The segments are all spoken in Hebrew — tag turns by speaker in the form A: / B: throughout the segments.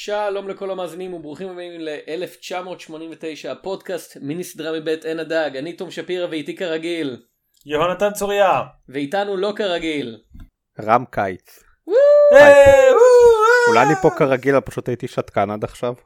A: שלום לכל המאזינים וברוכים הבאים ל-1989, הפודקאסט מיני סדרה מבית עין הדג. אני תום שפירא ואיתי כרגיל
B: יהונתן צוריה,
A: ואיתנו לא כרגיל
C: רם קיץ. אולי אני פה כרגיל, פשוט הייתי שתקן עד עכשיו.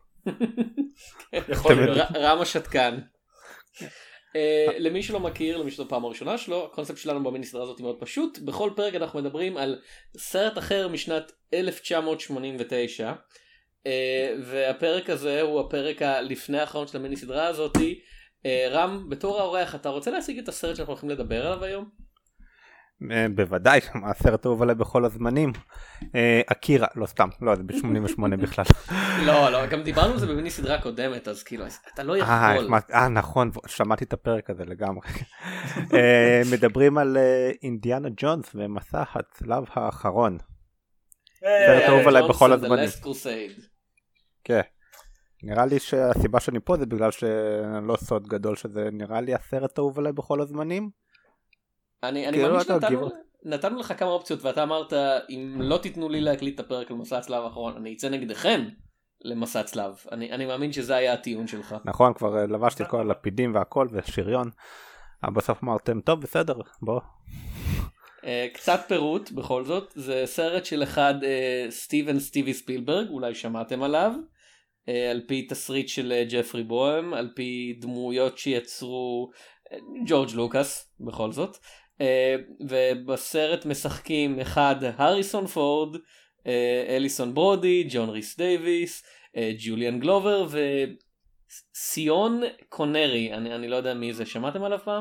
A: רם השתקן. למי שלא מכיר, למי שזו פעם הראשונה שלו, הקונספט שלנו במיני סדרה הזאת מאוד פשוט. בכל פרק אנחנו מדברים על סרט אחר משנת 1989, והפרק הזה הוא הפרק הלפני האחרון של המיני סדרה הזאת. רם, בתור האורח, אתה רוצה להשיג את הסרט שאנחנו הולכים לדבר עליו היום?
C: בוודאי, הסרט אהוב עליי בכל הזמנים. אקירה, לא סתם, לא, זה ב-88 בכלל.
A: לא, גם דיברנו על זה במיני סדרה קודמת, אז כאילו, אתה לא יכול.
C: נכון, שמעתי את הפרק הזה לגמרי. מדברים על אינדיאנה ג'ונס ומסע הצלב האחרון. סרט אהוב עליי בכל הזמנים. כן. נראה לי שהסיבה שאני פה זה בגלל שלא סוד גדול שזה נראה לי הסרט אהוב עליי בכל הזמנים.
A: אני מאמין שנתנו לך כמה אופציות ואתה אמרת אם לא תיתנו לי להקליט את הפרק על מסע הצלב האחרון אני אצא נגדכם למסע צלב. אני מאמין שזה היה הטיעון שלך.
C: נכון, כבר לבשתי את כל הלפידים והכל ושריון. בסוף אמרתם טוב בסדר בוא.
A: קצת פירוט בכל זאת. זה סרט של אחד סטיבי ספילברג, אולי שמעתם עליו, על פי תסריט של ג'פרי בוהם, על פי דמויות שיצרו ג'ורג' לוקאס בכל זאת. ובסרט משחקים אחד הריסון פורד, אליסון ברודי, ג'ון ריס דייביס, ג'וליאן גלובר וסיון קונרי. אני לא יודע מי זה, שמעתם עליו פעם?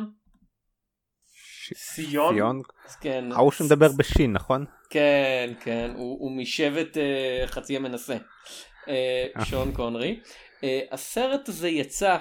B: סיון?
A: כן.
C: הוא שמדבר בשין, נכון?
A: כן, הוא משבט חצי המנסה. שון קונרי. הסרט הזה יצא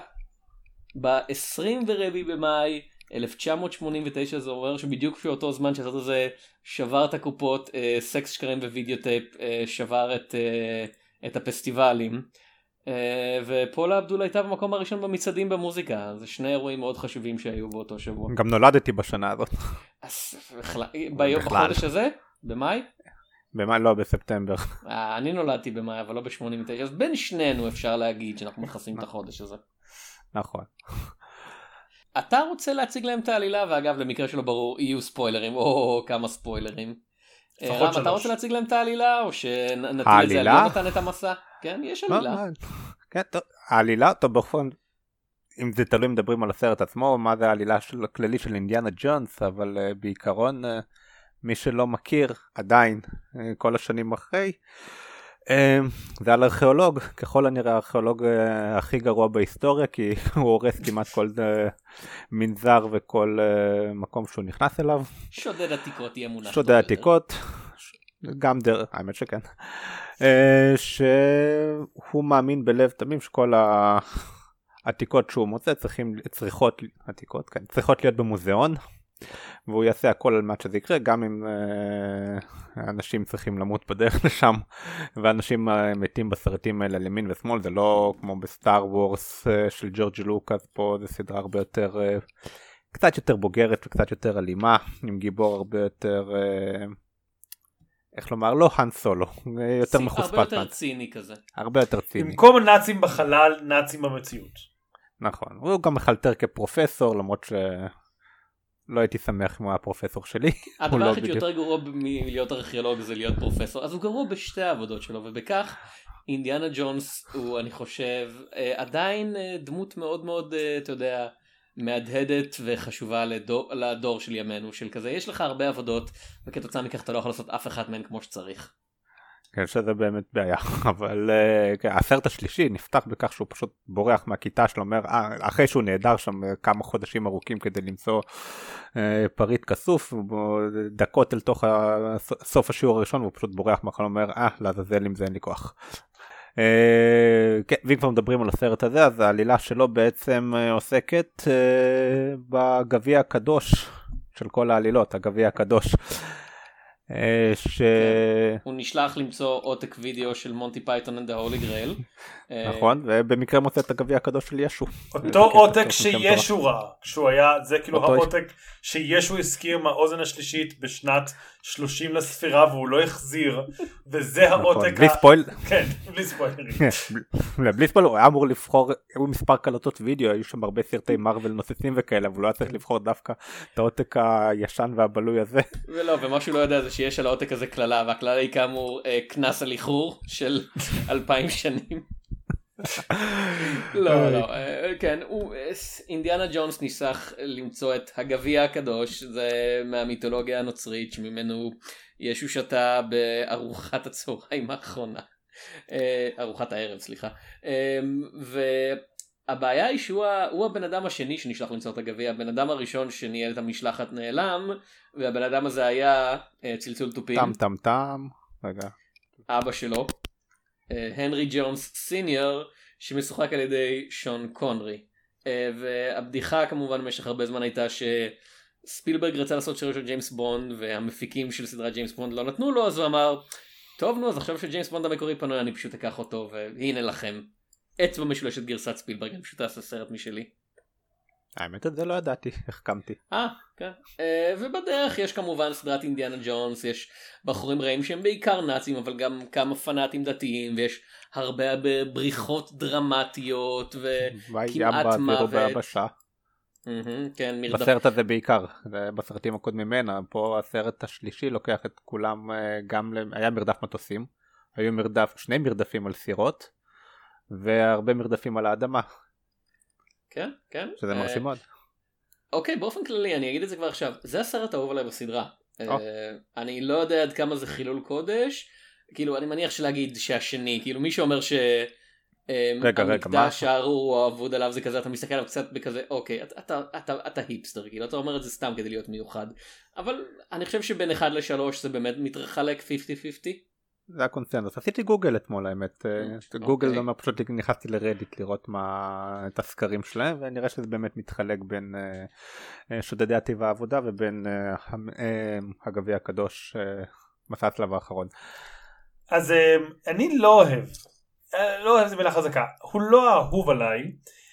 A: ב-24 במאי 1989, זה אומר שבדיוק באותו זמן שהסרט הזה שבר את הקופות, סקס שקרים ווידאו טייפ שבר את הפסטיבלים, ופולה אבדול הייתה במקום הראשון במצעדים במוזיקה. זה שני אירועים מאוד חשובים שהיו באותו שבוע.
C: גם נולדתי בשנה הזאת.
A: בחודש הזה? במאי?
C: במאי לא, בספטמבר.
A: אני נולדתי במאי אבל לא ב-89, אז בין שנינו אפשר להגיד שאנחנו מכסים את החודש הזה.
C: נכון.
A: אתה רוצה להציג להם את העלילה, ואגב למקרה שלא ברור יהיו ספוילרים או כמה ספוילרים. רם, אתה רוצה להציג להם את העלילה או שנטיל את זה על יונתן את המסע? כן, יש עלילה.
C: כן, טוב, העלילה, טוב באופן, אם זה תלוי מדברים על הסרט עצמו, מה זה העלילה הכללי של אינדיאנה ג'ונס, אבל בעיקרון מי שלא מכיר עדיין כל השנים אחרי, זה על ארכיאולוג, ככל הנראה הארכיאולוג הכי גרוע בהיסטוריה, כי הוא הורס כמעט כל מנזר וכל מקום שהוא נכנס אליו.
A: שודד עתיקות יהיה מונח.
C: שודד עתיקות, גם האמת שכן. שהוא מאמין בלב תמים שכל העתיקות שהוא מוצא צריכות להיות במוזיאון. והוא יעשה הכל על מנת שזה יקרה, גם אם אנשים צריכים למות בדרך לשם, ואנשים מתים בסרטים האלה למין ושמאל. זה לא כמו בסטאר וורס של ג'ורג' לוקאס, פה זה סדרה הרבה יותר, קצת יותר בוגרת וקצת יותר אלימה, עם גיבור הרבה יותר, איך לומר, לא האן סולו, יותר מחוספת.
A: הרבה יותר ציני כזה.
C: הרבה יותר ציני.
B: במקום נאצים בחלל, נאצים במציאות.
C: נכון, הוא גם מחלטר כפרופסור, למרות ש... לא הייתי שמח אם הוא היה פרופסור שלי.
A: הדבר הכי שיותר גרוע מלהיות ארכיאולוג זה להיות פרופסור, אז הוא גרוע בשתי העבודות שלו, ובכך אינדיאנה ג'ונס הוא, אני חושב, עדיין דמות מאוד מאוד, אתה יודע, מהדהדת וחשובה לדור של ימינו, של כזה, יש לך הרבה עבודות, וכתוצאה מכך אתה לא יכול לעשות אף אחד מהן כמו שצריך.
C: כן, שזה באמת בעיה, אבל הסרט השלישי נפתח בכך שהוא פשוט בורח מהכיתה שלו, אומר, אחרי שהוא נהדר שם כמה חודשים ארוכים כדי למצוא פריט כסוף, דקות אל תוך סוף השיעור הראשון, והוא פשוט בורח מהחלום, אומר, לעזאזל עם זה אין לי כוח. כן, ואם כבר מדברים על הסרט הזה, אז העלילה שלו בעצם עוסקת בגביע הקדוש של כל העלילות, הגביע הקדוש.
A: הוא נשלח למצוא עותק וידאו של מונטי פייתון and the Holy Grail.
C: נכון, ובמקרה מוצא את הגביע הקדוש של ישו.
B: אותו עותק שישו ראה, כשהוא היה, זה כאילו העותק שישו הזכיר מהאוזן השלישית בשנת 30 לספירה והוא לא החזיר, וזה העותק...
C: בלי ספויל.
B: כן, בלי ספוילרים.
C: בלי ספויל, הוא היה אמור לבחור, היו מספר קלטות וידאו, היו שם הרבה סרטי מרוול נוספים וכאלה, אבל הוא היה צריך לבחור דווקא את העותק הישן והבלוי הזה.
A: ולא, ומה שהוא לא יודע זה שיש על העותק הזה כללה, והכללה היא כאמור כנס על איחור של 2000 שנים. לא, כן, אינדיאנה ג'ונס ניסח למצוא את הגביע הקדוש, זה מהמיתולוגיה הנוצרית שממנו ישו שתה בארוחת הצהריים האחרונה, ארוחת הערב, סליחה, והבעיה היא שהוא הבן אדם השני שנשלח למצוא את הגביע, הבן אדם הראשון שניהל את המשלחת נעלם, והבן אדם הזה היה צלצול תופים,
C: טם, רגע,
A: אבא שלו, הנרי ג'ונס סיניור, שמשוחק על ידי שון קונרי, והבדיחה כמובן במשך הרבה זמן הייתה שספילברג רצה לעשות שירות של ג'יימס בונד והמפיקים של סדרת ג'יימס בונד לא נתנו לו, אז הוא אמר טוב נו, אז עכשיו שג'יימס בונד המקורי פנוי אני פשוט אקח אותו והנה לכם אצבע משולשת גרסת ספילברג, אני פשוט אעשה סרט משלי.
C: האמת את זה לא ידעתי, החכמתי.
A: כן. ובדרך יש כמובן סדרת אינדיאנה ג'ונס, יש בחורים רעים שהם בעיקר נאצים, אבל גם כמה פנאטים דתיים, ויש הרבה בריחות דרמטיות, וכמעט מוות. כן,
C: בסרט הזה בעיקר, בסרטים הקודמים ממנה, פה הסרט השלישי לוקח את כולם, גם היה מרדף מטוסים, היו שני מרדפים על סירות, והרבה מרדפים על האדמה.
A: כן.
C: שזה מרשים מאוד.
A: אוקיי, באופן כללי, אני אגיד את זה כבר עכשיו, זה הסרט האהוב עליי בסדרה. אני לא יודע עד כמה זה חילול קודש, כאילו אני מניח שלהגיד שהשני, כאילו מי שאומר שהמקדש הארור או האבוד עליו זה כזה, אתה מסתכל עליו קצת בכזה, אוקיי, אתה היפסטר, כאילו אתה אומר את זה סתם כדי להיות מיוחד, אבל אני חושב שבין 1 ל-3 זה באמת מתחלק 50-50.
C: זה הקונצנזוס. עשיתי גוגל אתמול האמת, גוגל לא אומר, פשוט נכנסתי לרדיט לראות את הסקרים שלהם, ונראה שזה באמת מתחלק בין שודדי הטבע העבודה ובין הגביע הקדוש, מסע הצלב האחרון.
B: אז אני לא אוהב זה מילה חזקה, הוא לא אהוב עליי,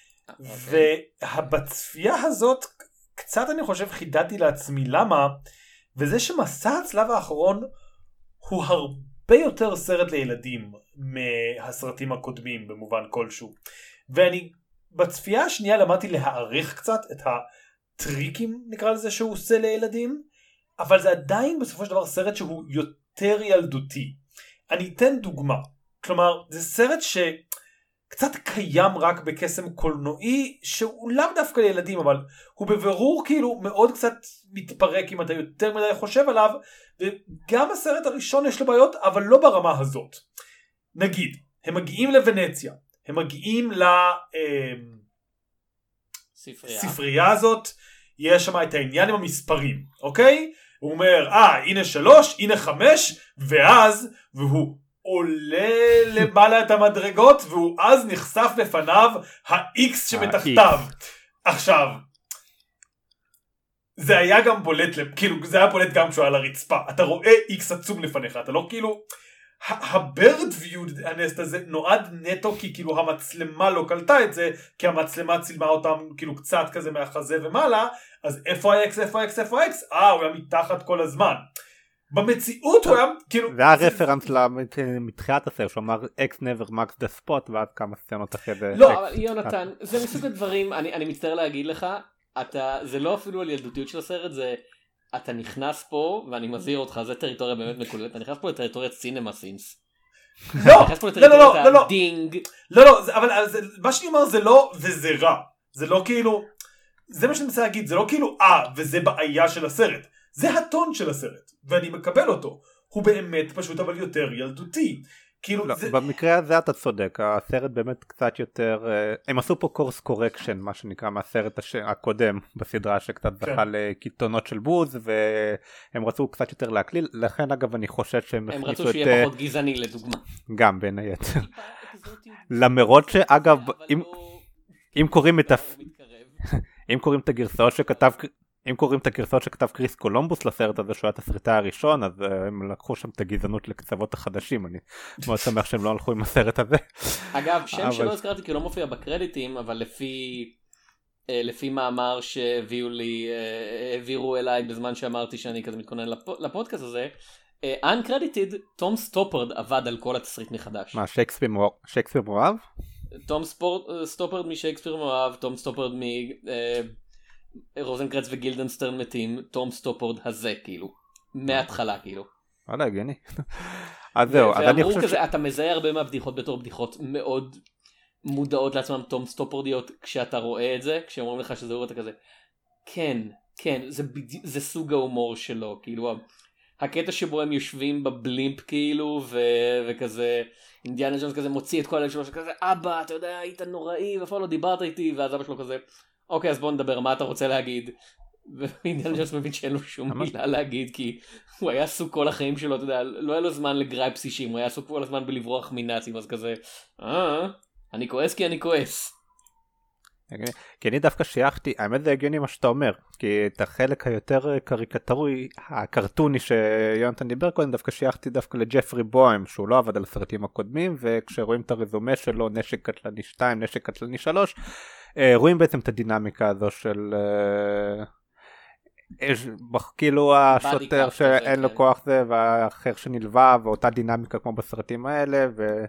B: ובצפייה הזאת קצת אני חושב חידדתי לעצמי למה, וזה שמסע הצלב האחרון הוא הרבה יותר סרט לילדים מהסרטים הקודמים במובן כלשהו, ואני בצפייה השנייה למדתי להעריך קצת את הטריקים נקרא לזה שהוא עושה לילדים, אבל זה עדיין בסופו של דבר סרט שהוא יותר ילדותי. אני אתן דוגמה, כלומר זה סרט שקצת קיים רק בקסם קולנועי שהוא לאו דווקא לילדים, אבל הוא בבירור כאילו מאוד קצת מתפרק אם אתה יותר מדי חושב עליו, וגם הסרט הראשון יש לו בעיות אבל לא ברמה הזאת. נגיד הם מגיעים לוונציה, הם מגיעים לספרייה הזאת, יש שם את העניין עם המספרים, אוקיי? הוא אומר הנה 3 הנה 5, ואז והוא עולה למעלה את המדרגות, והוא אז נחשף לפניו ה-X שמתחתיו. עכשיו, זה היה גם בולט, כאילו זה היה בולט גם כשהוא על הרצפה, אתה רואה X עצום לפניך, אתה לא כאילו, הבירד ויו הנסט הזה נועד נטו כי כאילו המצלמה לא קלטה את זה, כי המצלמה צילמה אותם כאילו קצת כזה מהחזה ומעלה, אז איפה ה-X, איפה ה-X, איפה ה-X? הוא היה מתחת כל הזמן. במציאות הוא היה כאילו...
C: זה היה רפרנס מתחילת הסרט, שהוא אמר X never marks the spot, ואז כמה סצנות אחרי זה...
A: לא, אבל יונתן, זה מסוג הדברים, אני מצטער להגיד לך, זה לא אפילו על ילדותיות של הסרט, זה... אתה נכנס פה, ואני מזהיר אותך, זה טריטוריה באמת מקוללת, אתה נכנס פה לטריטוריית סינמה סינס.
B: לא,
A: לא, דינג.
B: לא, אבל מה שאני אומר זה לא, וזה רע. זה לא כאילו, זה מה שאני מנסה להגיד, זה לא כאילו, וזה בעיה של הסרט. זה הטון של הסרט, ואני מקבל אותו. הוא באמת פשוט אבל יותר ילדותי. כאילו
C: לא,
B: זה...
C: במקרה הזה אתה צודק, הסרט באמת קצת יותר, הם עשו פה קורס קורקשן, מה שנקרא, מהסרט הקודם בסדרה שקצת זכה לקיתונות של בוז, והם רצו קצת יותר להקליל, לכן אגב אני חושב שהם
A: הם רצו שיהיה פחות גזעני לדוגמה.
C: גם בין היתר. למרות שאגב, אם קוראים את הגרסאות שכתב... אם קוראים את הגרסאות שכתב קריס קולומבוס לסרט הזה שהוא היה התסריטאי הראשון, אז הם לקחו שם את הגזענות לקצוות החדשים, אני מאוד שמח שהם לא הלכו עם הסרט הזה.
A: אגב, שם שלא הזכרתי כי לא מופיע בקרדיטים, אבל לפי מאמר העבירו אליי בזמן שאמרתי שאני כזה מתכונן לפודקאסט הזה, uncredited, תום סטופרד עבד על כל התסריט מחדש.
C: מה, שייקספיר מואב?
A: תום סטופרד משייקספיר מואב, תום סטופרד רוזנקרץ וגילדנסטרן מתים, תום סטופרד הזה כאילו, מההתחלה כאילו.
C: וואלה, הגיוני. אז זהו, אז אני חושב
A: כזה, אתה מזהה הרבה מהבדיחות בתור בדיחות מאוד מודעות לעצמם תום סטופרדיות כשאתה רואה את זה, כשאומרים לך שזה הוא אתה כזה, כן, זה סוג ההומור שלו, כאילו הקטע שבו הם יושבים בבלימפ כאילו, וכזה אינדיאנה ג'ונס כזה מוציא את כל הילד שלו שכזה, אבא אתה יודע היית נוראי ואף לא דיברת איתי, ואז אבא שלו כזה, אוקיי אז בוא נדבר מה אתה רוצה להגיד, ואינדיאנה ג'ונס מבין שאין לו שום מילה להגיד, כי הוא היה עסוק כל החיים שלו, אתה יודע, לא היה לו זמן לגרייפס אישים, הוא היה עסוק כל הזמן בלברוח מנאצים, אז כזה, אני כועס כי אני כועס.
C: כי אני דווקא שייכתי, האמת זה הגיוני מה שאתה אומר, כי את החלק היותר קריקטורי, הקרטוני שיונתן דיבר קודם, דווקא שייכתי דווקא לג'פרי בוהם, שהוא לא עבד על הסרטים הקודמים, וכשרואים את הרזומה שלו, נשק קטלני 2, נשק קטלני 3, רואים בעצם את הדינמיקה הזו של כאילו השוטר שאין לו כוח זה, והאחר שנלווה, ואותה דינמיקה כמו בסרטים האלה,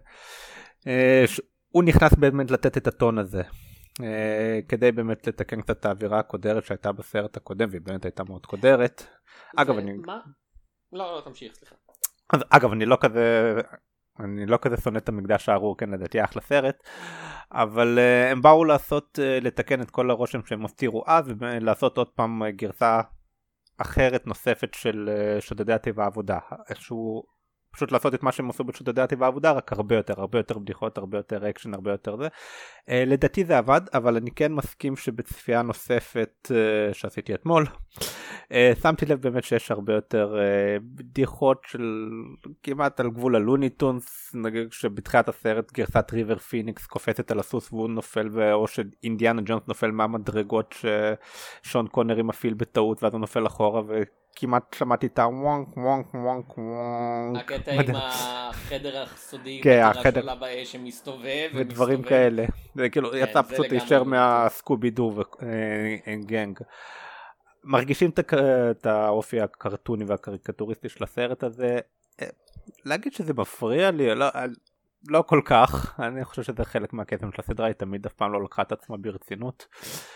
C: והוא נכנס באמת לתת את הטון הזה. כדי באמת לתקן קצת את האווירה הקודרת שהייתה בסרט הקודם, והיא באמת הייתה מאוד קודרת. אגב, אני...
A: מה? לא, תמשיך, סליחה.
C: אז אגב, אני לא כזה שונא את המקדש הארור, כן, לדעתי אחלה סרט, אבל הם באו לתקן את כל הרושם שהם הסתירו אז, ולעשות עוד פעם גרסה אחרת נוספת של שודדי הטבע העבודה. איזשהו... פשוט לעשות את מה שהם עשו בשודדי הטבע העבודה, רק הרבה יותר בדיחות, הרבה יותר אקשן, הרבה יותר זה. לדעתי זה עבד, אבל אני כן מסכים שבצפייה נוספת שעשיתי אתמול, שמתי לב באמת שיש הרבה יותר בדיחות של כמעט על גבול הלוניטונס, נגיד שבתחילת הסרט גרסת ריבר פיניקס קופצת על הסוס והוא נופל, או שאינדיאנה ג'ונס נופל מהמדרגות ששון קונרי מפעיל בטעות, ואז הוא נופל אחורה כמעט שמעתי את הוונק וונק וונק וונק.
A: הקטע עם החדר הסודי, שלה באש שמסתובב
C: ודברים כאלה. זה כאילו יצא פשוט ישר מהסקובי דו וגנג. מרגישים את האופי הקרטוני והקריקטוריסטי של הסרט הזה. להגיד שזה מפריע לי, לא כל כך. אני חושב שזה חלק מהקסם של הסדרה, היא תמיד אף פעם לא לקחה את עצמה ברצינות.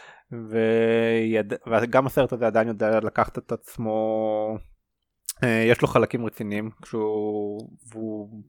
C: וגם הסרט הזה עדיין יודע לקחת את עצמו, יש לו חלקים רציניים, והוא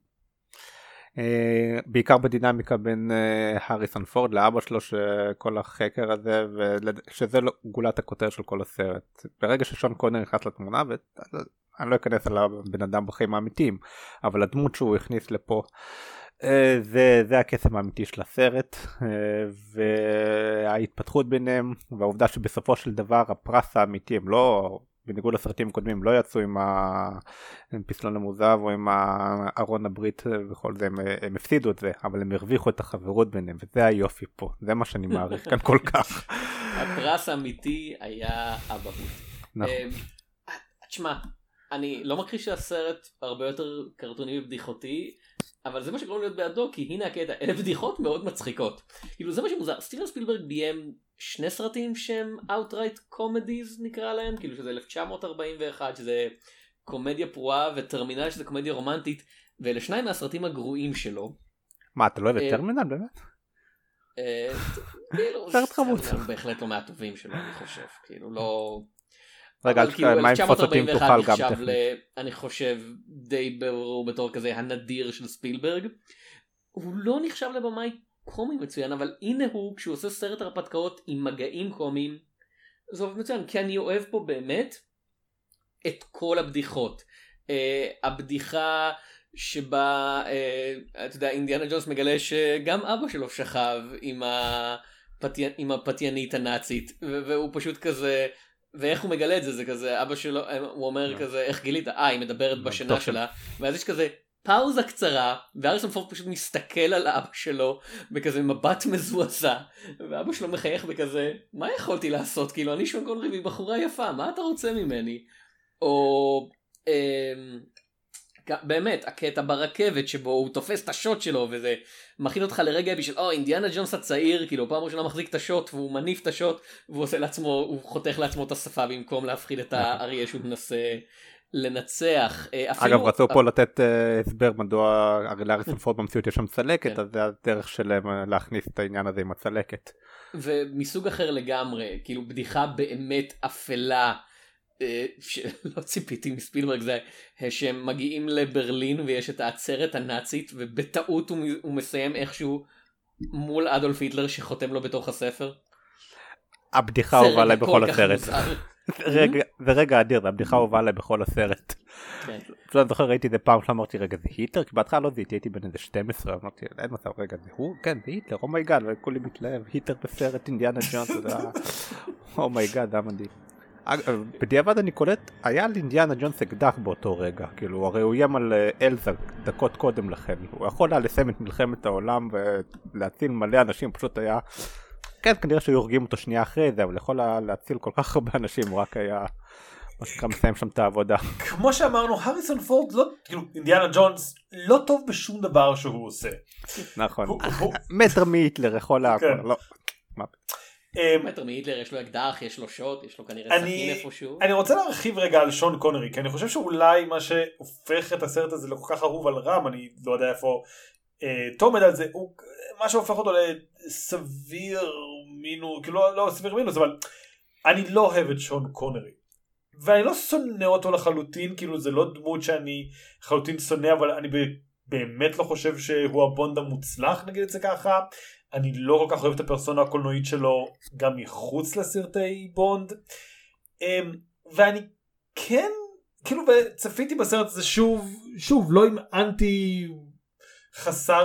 C: בעיקר בדינמיקה בין הריסון פורד לאבא שלו, שכל החקר הזה, שזה גולת הכותר של כל הסרט. ברגע ששון קונר נכנס לתמונה, ואני לא אכנס על הבן אדם בחיים האמיתיים, אבל הדמות שהוא הכניס לפה, זה הקסם האמיתי של הסרט, וההתפתחות ביניהם, והעובדה שבסופו של דבר הפרס האמיתי, הם לא, בניגוד לסרטים הקודמים, לא יצאו עם פסלון המוזב או עם ארון הברית וכל זה, הם הפסידו את זה, אבל הם הרוויחו את החברות ביניהם, וזה היופי פה, זה מה שאני מעריך כאן כל כך.
A: הפרס האמיתי היה אבהות.
C: נכון.
A: תשמע, אני לא מכחיש שהסרט הרבה יותר קרטוני ובדיחותי, אבל זה מה שקוראים להיות בעדו, כי הנה הקטע, אלה בדיחות מאוד מצחיקות. כאילו זה מה שמוזר, סטיבן ספילברג ביים 2 סרטים שהם outright comedies נקרא להם, כאילו שזה 1941 שזה קומדיה פרועה, וטרמינל שזה קומדיה רומנטית, ואלה 2 מהסרטים הגרועים שלו.
C: מה, אתה לא אוהב את טרמינל באמת?
A: סרט חמוד. בהחלט לא מהטובים שלו אני חושב, כאילו לא...
C: רגע, מה עם פוסטים תוכל גם
A: טכנית? אני חושב די ברור בתור כזה הנדיר של ספילברג. הוא לא נחשב לבמאי קומי מצוין, אבל הנה הוא כשהוא עושה סרט הרפתקאות עם מגעים קומיים, זה עובד מצוין, כי אני אוהב פה באמת את כל הבדיחות. הבדיחה שבה, אתה יודע, אינדיאנה ג'ונס מגלה שגם אבא שלו שכב עם הפתיינית הנאצית, והוא פשוט כזה... ואיך הוא מגלה את זה, זה כזה, אבא שלו, הוא אומר כזה, איך גילית? היא מדברת בשינה שלה, ואז יש כזה פאוזה קצרה, והריסון פורד פשוט מסתכל על אבא שלו בכזה מבט מזועזע, ואבא שלו מחייך בכזה, מה יכולתי לעשות? כאילו, אני שון קונרי והיא בחורה יפה, מה אתה רוצה ממני? או באמת, הקטע ברכבת שבו הוא תופס את השוט שלו, וזה מכין אותך לרגע בשביל, אינדיאנה ג'ונס הצעיר, כאילו, פעם ראשונה מחזיק את השוט, והוא מניף את השוט, והוא עושה לעצמו, הוא חותך לעצמו את השפה, במקום להפחיד את האריה שהוא מנסה לנצח.
C: אגב, רצו פה לתת הסבר מדוע הרי להריסון פורד במציאות יש שם צלקת, אז זה הדרך שלהם להכניס את העניין הזה עם הצלקת.
A: ומסוג אחר לגמרי, כאילו בדיחה באמת אפלה, שלא ציפיתי מספילברג, זה שהם מגיעים לברלין ויש את העצרת הנאצית, ובטעות הוא מסיים איכשהו מול אדולף היטלר שחותם לו בתוך הספר.
C: הבדיחה הובאה עליי בכל הסרט. זה רגע אדיר, זה הבדיחה הובאה עליי בכל הסרט. אני זוכר, ראיתי את זה פעם שלא אמרתי, רגע, זה היטלר? כי בהתחלה לא זיהיתי, הייתי בין איזה 12, אמרתי, אין מצב, רגע, זה הוא? כן, זה היטלר, אומייגאד, וכולי מתלהב, היטלר בסרט אינדיאנה ג'ונס, אומייגאד, זה היה מדהים. בדיעבד אני קולט, היה לאינדיאנה ג'ונס אקדח באותו רגע, כאילו, הרי הוא איים על אלזה דקות קודם לכן, הוא יכול היה לסיים את מלחמת העולם ולהציל מלא אנשים, פשוט היה, כן, כנראה שהיו הורגים אותו שנייה אחרי זה, אבל יכול להציל כל כך הרבה אנשים, הוא רק היה, מה שנקרא, מסיים שם את העבודה.
B: כמו שאמרנו, הריסון פורד, כאילו, אינדיאנה ג'ונס, לא טוב בשום דבר שהוא עושה.
C: נכון, מטר מהיטלר יכול להכל, לא.
A: מטר מהיטלר, יש לו אקדח, יש לו שוט, יש לו כנראה סכין איפשהו.
B: אני רוצה להרחיב רגע על שון קונרי, כי אני חושב שאולי מה שהופך את הסרט הזה לכל כך אהוב על רם, אני לא יודע איפה תומד על זה, מה שהופך אותו לסביר מינוס, כאילו לא סביר מינוס, אבל אני לא אוהב את שון קונרי. ואני לא שונא אותו לחלוטין, כאילו זה לא דמות שאני לחלוטין שונא, אבל אני באמת לא חושב שהוא הבונד המוצלח, נגיד את זה ככה. אני לא כל כך אוהב את הפרסונה הקולנועית שלו גם מחוץ לסרטי בונד. ואני כן, כאילו, וצפיתי בסרט הזה שוב, לא עם אנטי חסר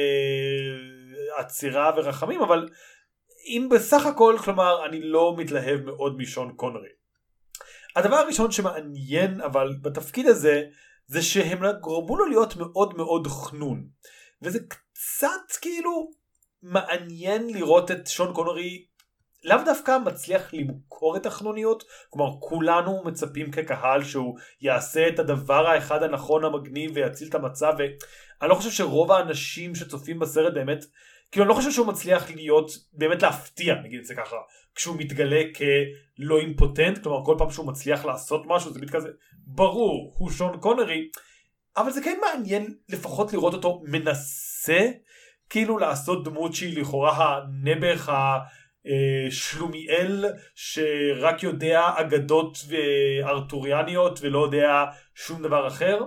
B: עצירה ורחמים, אבל אם בסך הכל, כלומר, אני לא מתלהב מאוד משון קונרי. הדבר הראשון שמעניין, אבל בתפקיד הזה, זה שהם גרמו לו להיות מאוד מאוד חנון. וזה קצת כאילו מעניין לראות את שון קונרי לאו דווקא מצליח למכור את החנוניות, כלומר כולנו מצפים כקהל שהוא יעשה את הדבר האחד הנכון המגניב ויציל את המצב, ואני לא חושב שרוב האנשים שצופים בסרט באמת, כאילו אני לא חושב שהוא מצליח להיות, באמת להפתיע, נגיד את זה ככה, כשהוא מתגלה כלא אימפוטנט, כלומר כל פעם שהוא מצליח לעשות משהו, זה כזה, ברור, הוא שון קונרי, אבל זה כן מעניין לפחות לראות אותו מנסה, כאילו לעשות דמות שהיא לכאורה הנבח השלומיאל, שרק יודע אגדות וארתוריאניות ולא יודע שום דבר אחר.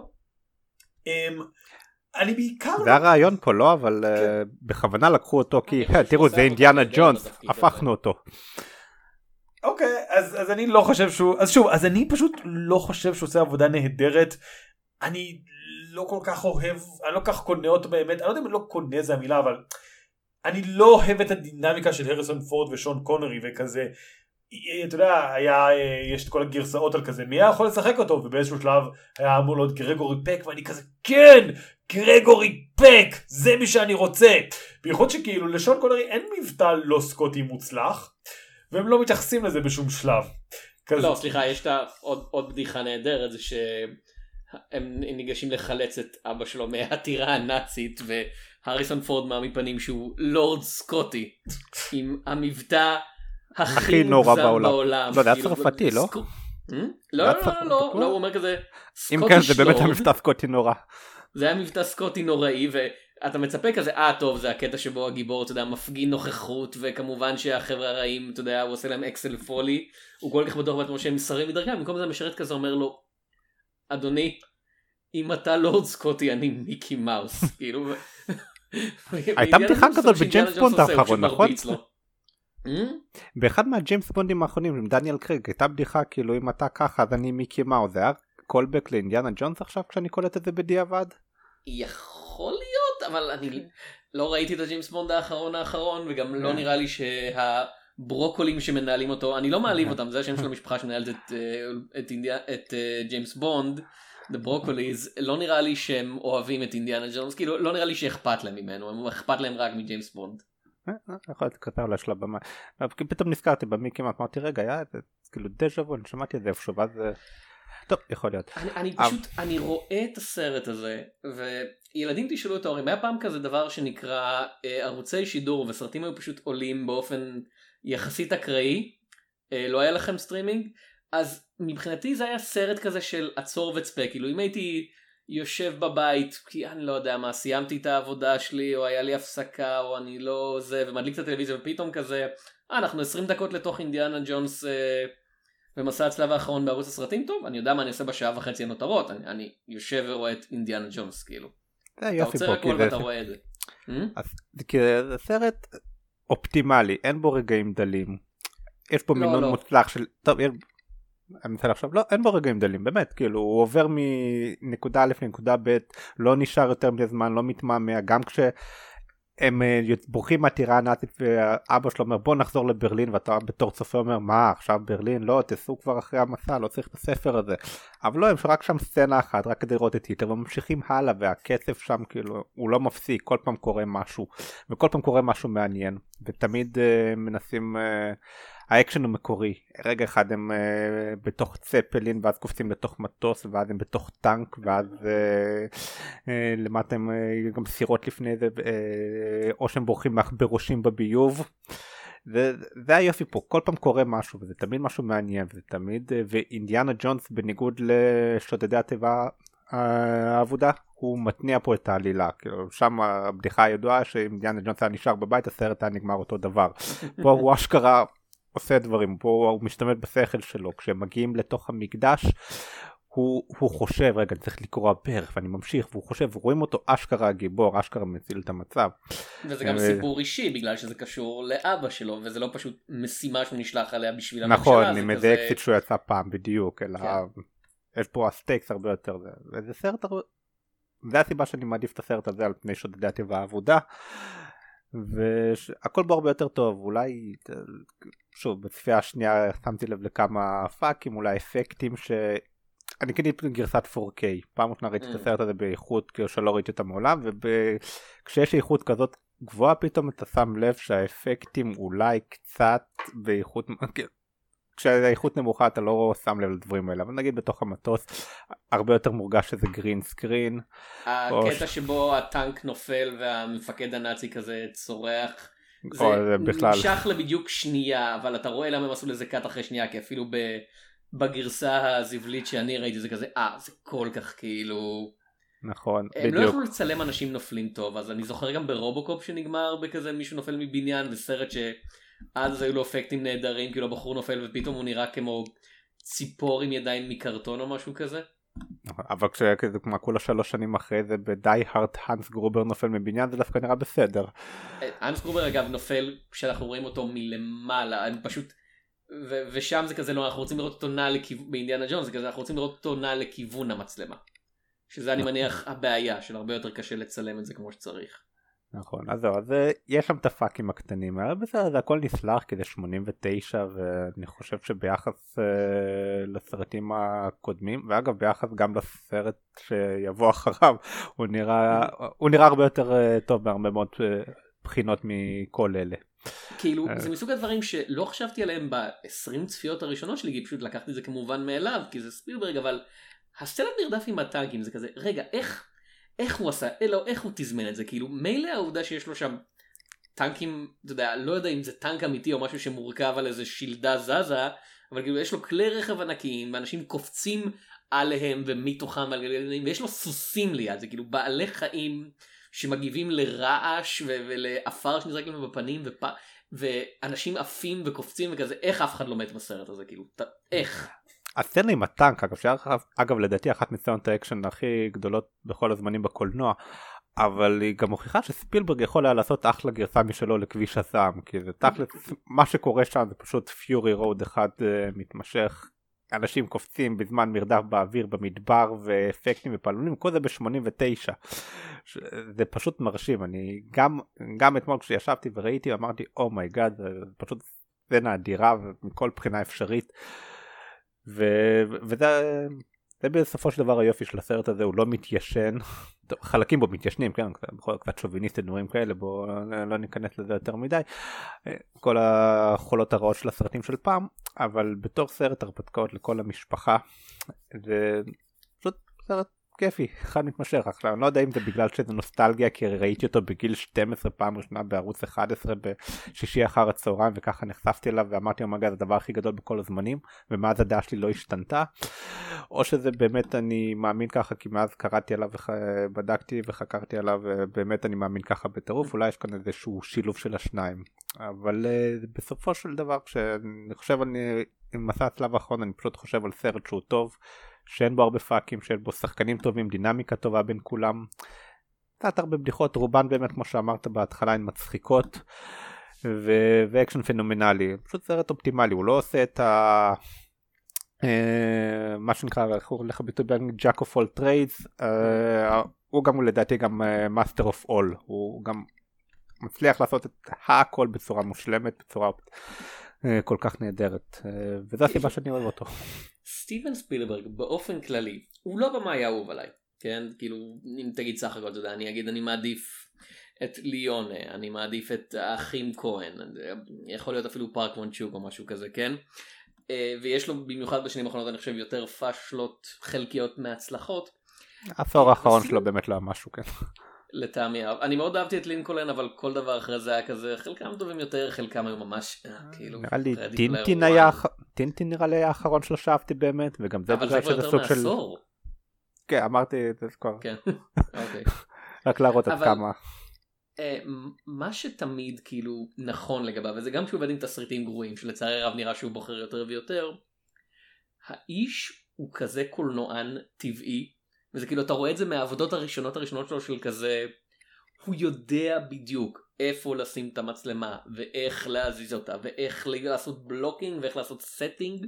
B: אני בעיקר...
C: זה הרעיון פה לא, אבל בכוונה לקחו אותו כי תראו זה אינדיאנה ג'ונס, הפכנו אותו.
B: אוקיי, אז אני לא חושב שהוא... אז שוב, אז אני פשוט לא חושב שהוא עושה עבודה נהדרת. אני לא כל כך אוהב, אני לא כך קונה אותו באמת, אני לא יודע אם לא קונה זה המילה, אבל אני לא אוהב את הדינמיקה של הריסון פורד ושון קונרי וכזה. אתה יודע, יש את כל הגרסאות על כזה, מי היה יכול לשחק אותו? ובאיזשהו שלב היה אמור להיות גרגורי פק, ואני כזה, כן, גרגורי פק, זה מי שאני רוצה. בייחוד שכאילו לשון קונרי אין מבטא לא סקוטי מוצלח, והם לא מתייחסים לזה בשום שלב.
A: לא, סליחה, יש עוד בדיחה נהדרת, זה שהם ניגשים לחלץ את אבא שלו מהטירה הנאצית, והריסון פורד מפנים שהוא לורד סקוטי, עם המבטא הכי נורא בעולם.
C: לא, זה היה צרפתי, לא?
A: לא, הוא אומר כזה
C: אם כן, זה באמת המבטא סקוטי נורא.
A: זה היה מבטא סקוטי נוראי, ואתה מצפה כזה, טוב, זה הקטע שבו הגיבור, אתה יודע, מפגין נוכחות, וכמובן שהחבר'ה הרעים, אתה יודע, הוא עושה להם אקסל פולי, הוא כל כך בטוח בעצמו שהם מסרים מדרגה, במקום זה המשרת כזה אומר לו, אדוני, אם אתה לורד סקוטי, אני מיקי מאוס, כאילו.
C: הייתה בדיחה כזאת בג'יימס בונד האחרון, נכון? באחד מהג'יימס בונדים האחרונים עם דניאל קריג הייתה בדיחה כאילו אם אתה ככה אז אני מיקי מאוס, זה היה קולבק לאינדיאנה ג'ונס עכשיו כשאני קולט את זה בדיעבד?
A: יכול להיות, אבל אני לא ראיתי את הג'יימס בונד האחרון וגם לא נראה לי שהברוקולים שמנהלים אותו, אני לא מעליב אותם, זה השם של המשפחה שמנהלת את ג'יימס בונד, The Broccolis, לא נראה לי שהם אוהבים את אינדיאנה ג'ונס, כאילו לא נראה לי שאכפת להם ממנו, הם אכפת להם רק מג'יימס בונד.
C: יכול להיות קצר לה של הבמה. פתאום נזכרתי במי כמעט, אמרתי רגע, היה כאילו דז'ה וו, אני שמעתי את זה איפשהו, ואז טוב, יכול להיות.
A: אני פשוט, אני רואה את הסרט הזה, וילדים תשאלו את ההורים, היה פעם כזה דבר שנקרא ערוצי שידור, וסרטים היו פשוט עולים באופן יחסית אקראי, לא היה לכם סטרימינג, אז מבחינתי זה היה סרט כזה של עצור וצפה, כאילו אם הייתי יושב בבית, כי אני לא יודע מה, סיימתי את העבודה שלי, או היה לי הפסקה, או אני לא זה, ומדליק את הטלוויזיה, ופתאום כזה, אנחנו 20 דקות לתוך אינדיאנה ג'ונס, ומסע הצלב האחרון בערוץ הסרטים, טוב, אני יודע מה אני אעשה בשעה וחצי הנותרות, אני יושב ורואה את אינדיאנה ג'ונס, כאילו. אתה עוצר הכל ואתה רואה את זה.
C: כי זה סרט אופטימלי, אין בו רגעים דלים. יש פה מינון מוצלח של, טוב, אני מצא לחשוב, לא, אין בו רגעים דלים, באמת, כאילו, הוא עובר מנקודה א' לנקודה ב', לא נשאר יותר מדי זמן, לא מתמהמה, גם כשהם בורחים מהטירה הנאצית, ואבא שלו אומר, בוא נחזור לברלין, ואתה בתור צופה אומר, מה, עכשיו ברלין? לא, תסעו כבר אחרי המסע, לא צריך את הספר הזה. אבל לא, הם רק שם סצנה אחת, רק כדי לראות את היטלר, וממשיכים הלאה, והקצב שם, כאילו, הוא לא מפסיק, כל פעם קורה משהו, וכל פעם קורה משהו מעניין, ותמיד מנסים... האקשן הוא מקורי, רגע אחד הם בתוך צפלין ואז קופצים לתוך מטוס ואז הם בתוך טנק ואז למטה הם גם סירות לפני זה או שהם בורחים בראשים בביוב. זה היופי פה, כל פעם קורה משהו וזה תמיד משהו מעניין וזה תמיד, ואינדיאנה ג'ונס בניגוד לשודדי הטבע העבודה הוא מתניע פה את העלילה, כאילו שם הבדיחה הידועה שאינדיאנה ג'ונס היה נשאר בבית הסרט היה נגמר אותו דבר. פה הוא אשכרה עושה דברים, פה הוא משתמש בשכל שלו, כשהם מגיעים לתוך המקדש הוא חושב, רגע אני צריך לקרוא הפרק ואני ממשיך, והוא חושב, רואים אותו אשכרה הגיבור, אשכרה מציל את המצב.
A: וזה גם סיפור אישי, בגלל שזה קשור לאבא שלו, וזה לא פשוט משימה שהוא נשלח עליה בשביל הממשלה.
C: נכון, עם איזה אקסיט שהוא יצא פעם בדיוק, אלא יש פה הסטייקס הרבה יותר, וזה סרט, זה הסיבה שאני מעדיף את הסרט הזה על פני שודדי הטבע העבודה, והכל בו הרבה יותר טוב, אולי שוב בצפייה השנייה שמתי לב לכמה פאקים, אולי אפקטים שאני קניתי גרסת 4K, פעם ראשונה ראיתי את הסרט הזה באיכות כאילו שלא ראיתי אותה מעולם, וכשיש איכות כזאת גבוהה פתאום אתה שם לב שהאפקטים אולי קצת באיכות, כשהאיכות נמוכה אתה לא שם לב לדברים האלה, אבל נגיד בתוך המטוס הרבה יותר מורגש שזה גרין סקרין.
A: הקטע שבו הטנק נופל והמפקד הנאצי כזה צורח, זה נמשך לבדיוק שנייה, אבל אתה רואה למה הם עשו לזה קאט אחרי שנייה, כי אפילו בגרסה הזבלית שאני ראיתי זה כזה, זה כל כך כאילו...
C: נכון,
A: בדיוק. הם לא יכולו לצלם אנשים נופלים טוב, אז אני זוכר גם ברובוקופ שנגמר בכזה מישהו נופל מבניין, וסרט אז היו לו אפקטים נהדרים, כאילו הבחור נופל ופתאום הוא נראה כמו ציפור עם ידיים מקרטון או משהו כזה.
C: אבל כשזה כמו כולה 3 שנים אחרי זה בדי הארט הנס גרובר נופל מבניין זה דווקא נראה בסדר.
A: הנס גרובר אגב נופל כשאנחנו רואים אותו מלמעלה, פשוט, ושם זה כזה לא, אנחנו רוצים לראות אותו נע לכיוון, באינדיאנה ג'ונס זה כזה, אנחנו רוצים לראות אותו נע לכיוון המצלמה. שזה אני מניח הבעיה של הרבה יותר קשה לצלם את זה כמו שצריך.
C: נכון, אז זהו, אז יש שם את הפאקים הקטנים, בסדר, זה הכל נסלח כי זה 89 ואני חושב שביחס לסרטים הקודמים, ואגב ביחס גם לסרט שיבוא אחריו, הוא נראה הרבה יותר טוב בהרבה מאוד בחינות מכל אלה.
A: כאילו זה מסוג הדברים שלא חשבתי עליהם ב-20 צפיות הראשונות שלי, כי פשוט לקחתי את זה כמובן מאליו, כי זה ספילברג, אבל הסצנת נרדף עם הטנקים זה כזה, רגע, איך הוא עשה, איך הוא תזמן את זה, כאילו מילא העובדה שיש לו שם טנקים, אתה יודע, לא יודע אם זה טנק אמיתי או משהו שמורכב על איזה שילדה זזה, אבל כאילו יש לו כלי רכב ענקיים, ואנשים קופצים עליהם ומתוכם על גלגלים, ויש לו סוסים ליד, זה כאילו בעלי חיים שמגיבים לרעש ולאפר שנזרק להם בפנים, ואנשים עפים וקופצים וכזה, איך אף אחד לא מת בסרט הזה, כאילו, איך?
C: הסצנה עם הטנק, אגב לדעתי אחת מסצנות האקשן הכי גדולות בכל הזמנים בקולנוע, אבל היא גם מוכיחה שספילברג יכול היה לעשות אחלה גרסה משלו לכביש הזעם, כי זה תכל'ס, מה שקורה שם זה פשוט פיורי רוד אחד מתמשך, אנשים קופצים בזמן מרדף באוויר במדבר ואפקטים ופעלונים, כל זה ב-89, זה פשוט מרשים. אני גם אתמול כשישבתי וראיתי אמרתי אומייגאד, זה פשוט סצנה אדירה מכל בחינה אפשרית, וזה זה בסופו של דבר היופי של הסרט הזה, הוא לא מתיישן, חלקים בו מתיישנים, כן, קצת שוביניסטים דברים כאלה, בואו לא ניכנס לזה יותר מדי, כל החולות הרעות של הסרטים של פעם, אבל בתור סרט הרפתקאות לכל המשפחה, זה פשוט סרט כיפי, אחד מתמשך. עכשיו אני לא יודע אם זה בגלל שזה נוסטלגיה, כי ראיתי אותו בגיל 12 פעם ראשונה בערוץ 11 בשישי אחר הצהריים, וככה נחשפתי אליו ואמרתי אומגה, זה הדבר הכי גדול בכל הזמנים, ומאז הדעה שלי לא השתנתה, או שזה באמת אני מאמין ככה, כי מאז קראתי עליו ובדקתי וחקרתי עליו, באמת אני מאמין ככה בטירוף, אולי יש כאן איזשהו שילוב של השניים, אבל בסופו של דבר כשאני חושב עם מסע הצלב האחרון, אני פשוט חושב על סרט שהוא טוב, שאין בו הרבה פאקים, שאין בו שחקנים טובים, דינמיקה טובה בין כולם, קצת הרבה בדיחות, רובן באמת כמו שאמרת בהתחלה הן מצחיקות, ואקשן פנומנלי, פשוט סרט אופטימלי, הוא לא עושה את מה שנקרא, איך הוא הולך לביטוי באנגלית, Jack of all trades, הוא גם לדעתי גם Master of all, הוא גם מצליח לעשות את הכל בצורה מושלמת, בצורה כל כך נהדרת, וזו הסיבה שאני אוהב אותו.
A: סטיבן ספילברג באופן כללי הוא לא במאי אהוב עליי, כן, כאילו אם תגיד סך הכל, אתה יודע, אני אגיד אני מעדיף את ליונה, אני מעדיף את האחים כהן, יכול להיות אפילו פארק וונצ'וק או משהו כזה, כן, ויש לו במיוחד בשנים האחרונות אני חושב יותר פשלות חלקיות מהצלחות.
C: העשור האחרון שלו באמת לא היה משהו, כן.
A: לטעמי, אני מאוד אהבתי את לינקולן, אבל כל דבר אחרי זה היה כזה, חלקם טובים יותר, חלקם היו ממש, כאילו,
C: נראה לי, טינטין נראה לי האחרון שלו שאהבתי באמת, וגם זה בגלל שזה סוג של... כן, אמרתי את זה כבר.
A: כן, אוקיי.
C: רק להראות עד כמה.
A: מה שתמיד כאילו נכון לגביו, וזה גם כשהוא עובד עם תסריטים גרועים, שלצערי רב נראה שהוא בוחר יותר ויותר, האיש הוא כזה קולנוען טבעי, וזה כאילו אתה רואה את זה מהעבודות הראשונות שלו של כזה, הוא יודע בדיוק איפה לשים את המצלמה ואיך להזיז אותה ואיך לעשות בלוקינג ואיך לעשות סטינג,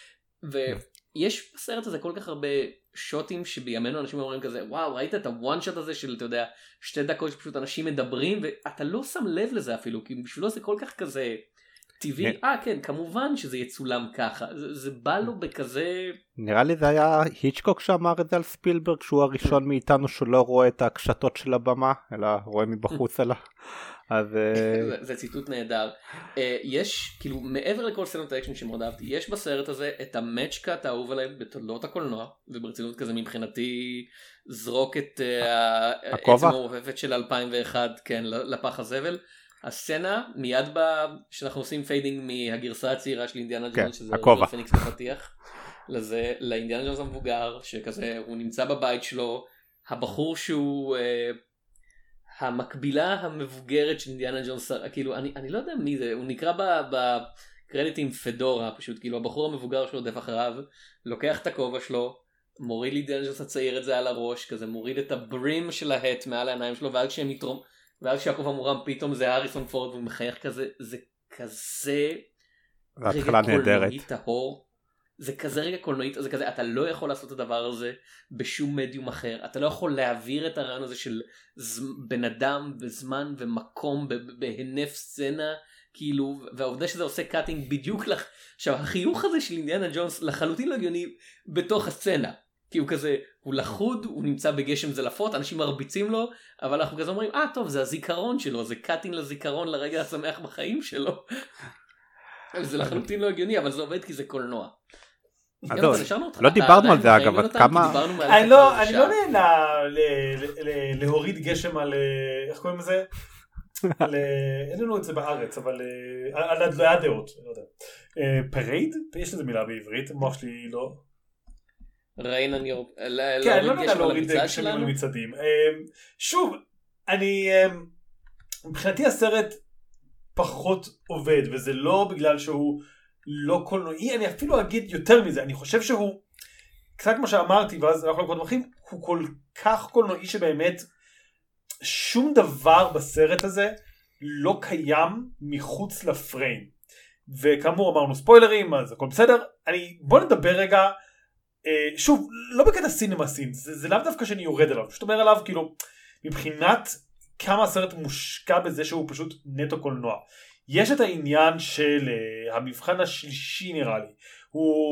A: ויש בסרט הזה כל כך הרבה שוטים שבימינו אנשים אומרים כזה וואו ראית את הוואן שוט הזה של אתה יודע 2 דקות שפשוט אנשים מדברים ואתה לא שם לב לזה אפילו, כי בשבילו זה כל כך כזה טבעי, כן, כמובן שזה יצולם ככה, זה בא לו בכזה... נראה
C: לי זה היה היצ'קוק שאמר את זה על ספילברג, שהוא הראשון מאיתנו שלא רואה את הקשתות של הבמה, אלא רואה מבחוץ אלא. אז...
A: זה ציטוט נהדר. יש, כאילו, מעבר לכל סצנות האקשן שמאוד אהבתי, יש בסרט הזה את המאץ' קאט האהוב עליהם בתולדות הקולנוע, וברצינות כזה מבחינתי זרוק את העצם המעופפת של 2001, כן, לפח הזבל. הסצנה מיד שאנחנו עושים פיידינג מהגרסה הצעירה של אינדיאנה ג'ונס, שזה פניקס בפתיח, לאינדיאנה ג'ונס המבוגר, שכזה הוא נמצא בבית שלו, הבחור שהוא המקבילה המבוגרת של אינדיאנה ג'ונס, כאילו אני לא יודע מי זה, הוא נקרא בקרדיטים פדורה, פשוט כאילו הבחור המבוגר שלו דף אחריו, לוקח את הכובע שלו, מוריד לאינדיאנה ג'ונס הצייר את זה על הראש, כזה מוריד את הברים של ההט מעל העיניים שלו, ואז כשהם יתרום ואז שיעקב המורם פתאום זה הריסון פורד והוא מחייך כזה, זה כזה רגע קולנועי טהור, זה כזה רגע קולנועי, זה כזה, אתה לא יכול לעשות את הדבר הזה בשום מדיום אחר, אתה לא יכול להעביר את הרעיון הזה של בן אדם וזמן ומקום בהנף סצנה, כאילו, והעובדה שזה עושה קאטינג בדיוק לך, עכשיו החיוך הזה של אינדיאנה ג'ונס לחלוטין לא הגיוני בתוך הסצנה, כי הוא כזה, הוא לחוד, הוא נמצא בגשם זלפות, אנשים מרביצים לו, אבל אנחנו כזה אומרים, טוב, זה הזיכרון שלו, זה קאטינג לזיכרון לרגע השמח בחיים שלו. זה לחלוטין לא הגיוני, אבל זה עובד כי זה קולנוע.
C: לא דיברנו על זה אגב, כמה...
B: אני לא נהנה להוריד גשם על, איך קוראים לזה? אין לנו את זה בארץ, אבל על הדעות, פרייד? יש לזה מילה בעברית, מוח שלי לא...
A: ריין אני
B: לא נדע להוריד גשמים על מצעדים. שוב, מבחינתי הסרט פחות עובד, וזה לא בגלל שהוא לא קולנועי, אני אפילו אגיד יותר מזה, אני חושב שהוא קצת כמו שאמרתי, ואז אנחנו לקרוא דמכים, הוא כל כך קולנועי שבאמת שום דבר בסרט הזה לא קיים מחוץ לפריים. וכאמור אמרנו ספוילרים, אז הכל בסדר. בוא נדבר רגע, שוב, לא בקטע סינמה סין, זה לאו דווקא שאני יורד עליו, פשוט אומר עליו כאילו, מבחינת כמה הסרט מושקע בזה שהוא פשוט נטו קולנוע. יש את העניין של המבחן השלישי נראה לי, הוא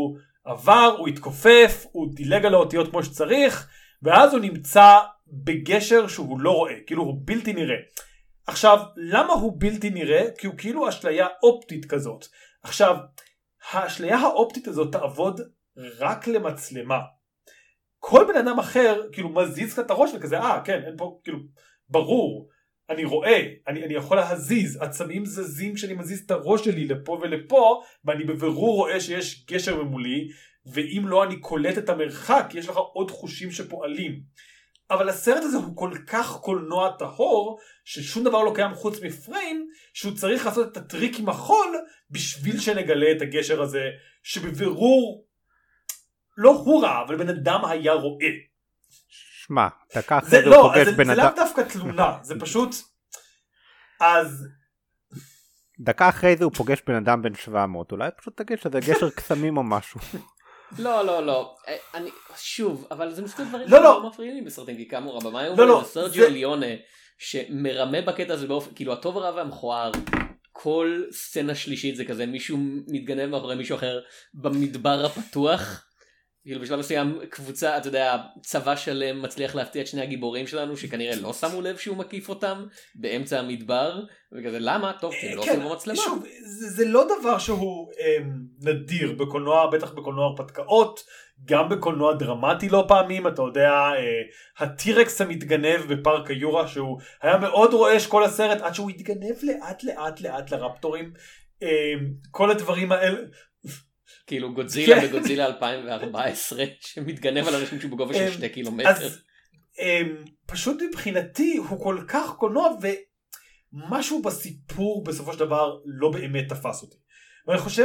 B: עבר, הוא התכופף, הוא דילג על האותיות כמו שצריך, ואז הוא נמצא בגשר שהוא לא רואה, כאילו הוא בלתי נראה. עכשיו, למה הוא בלתי נראה? כי הוא כאילו אשליה אופטית כזאת. עכשיו, האשליה האופטית הזאת תעבוד רק למצלמה. כל בן אדם אחר כאילו מזיז קצת הראש וכזה, כן, אין פה, כאילו, ברור, אני רואה, אני יכול להזיז, עצמים זזים כשאני מזיז את הראש שלי לפה ולפה, ואני בבירור רואה שיש גשר ממולי, ואם לא אני קולט את המרחק, יש לך עוד חושים שפועלים. אבל הסרט הזה הוא כל כך קולנוע טהור, ששום דבר לא קיים חוץ מפריים, שהוא צריך לעשות את הטריק עם החול, בשביל שנגלה את הגשר הזה, שבבירור, לא הוא רע, אבל בן אדם היה רואה.
C: שמע, דקה אחרי זה הוא פוגש בן אדם...
B: זה לאו דווקא תלונה, זה פשוט... אז...
C: דקה אחרי זה הוא פוגש בן אדם בן 700, אולי פשוט תגיד שזה גשר קסמים או משהו.
A: לא, אני, שוב, אבל זה מסוג דברים שלא מפריעים לי בסרטים, כי כאמור, הבמה הוא סרג'יו ליונה, שמרמה בקטע הזה באופן, כאילו הטוב הרע והמכוער, כל סצנה שלישית זה כזה, מישהו מתגנב מאחורי מישהו אחר במדבר הפתוח, כאילו בשלב מסוים קבוצה, אתה יודע, צבא שלם מצליח להפתיע את שני הגיבורים שלנו, שכנראה לא שמו לב שהוא מקיף אותם באמצע המדבר, וכזה, למה? טוב, כי לא שמו מצלמה.
B: שוב, זה לא דבר שהוא נדיר בקולנוע, בטח בקולנוע הרפתקאות, גם בקולנוע דרמטי לא פעמים, אתה יודע, הטירקס המתגנב בפארק היורה, שהוא היה מאוד רועש כל הסרט, עד שהוא התגנב לאט לרפטורים, כל הדברים האלה...
A: כאילו גודזילה בגודזילה 2014 שמתגנב על אנשים שהוא בגובה של 2 קילומטר.
B: אז פשוט מבחינתי הוא כל כך קולנוע ומשהו בסיפור בסופו של דבר לא באמת תפס אותי. ואני חושב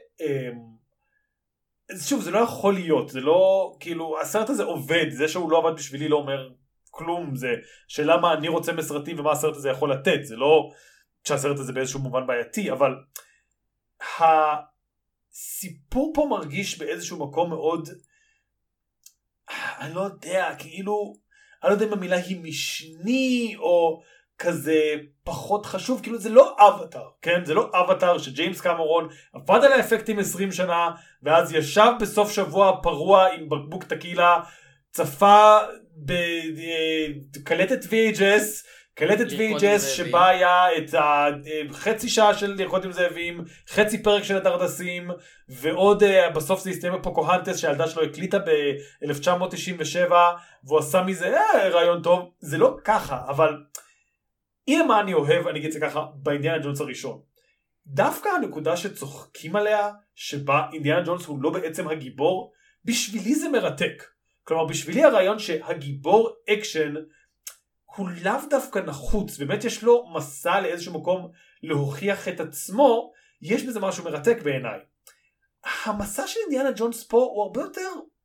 B: שוב זה לא יכול להיות, זה לא כאילו הסרט הזה עובד, זה שהוא לא עבד בשבילי לא אומר כלום, זה שאלה מה אני רוצה מסרטים ומה הסרט הזה יכול לתת, זה לא שהסרט הזה באיזשהו מובן בעייתי, אבל סיפור פה מרגיש באיזשהו מקום מאוד, אני לא יודע, כאילו, אני לא יודע אם המילה היא משני, או כזה פחות חשוב, כאילו זה לא אבטר, כן? זה לא אבטר שג'יימס קמרון עבד על האפקטים 20 שנה, ואז ישב בסוף שבוע פרוע עם בקבוק טקילה, צפה בקלטת VHS, קלטת VHS שבה היה את חצי שעה של לרקוד עם זאבים, חצי פרק של הדרדסים, ועוד בסוף זה הסתיים בפוקהונטס שהילדה שלו הקליטה ב-1997, והוא עשה מזה רעיון טוב. זה לא ככה, אבל הנה מה אני אוהב, אני אגיד את זה ככה, באינדיאנה ג'ונס הראשון. דווקא הנקודה שצוחקים עליה, שבה אינדיאנה ג'ונס הוא לא בעצם הגיבור, בשבילי זה מרתק. כלומר, בשבילי הרעיון שהגיבור אקשן, הוא לאו דווקא נחוץ, באמת יש לו מסע לאיזשהו מקום להוכיח את עצמו, יש בזה משהו מרתק בעיניי. המסע של אינדיאנה ג'ונס פה הוא הרבה יותר,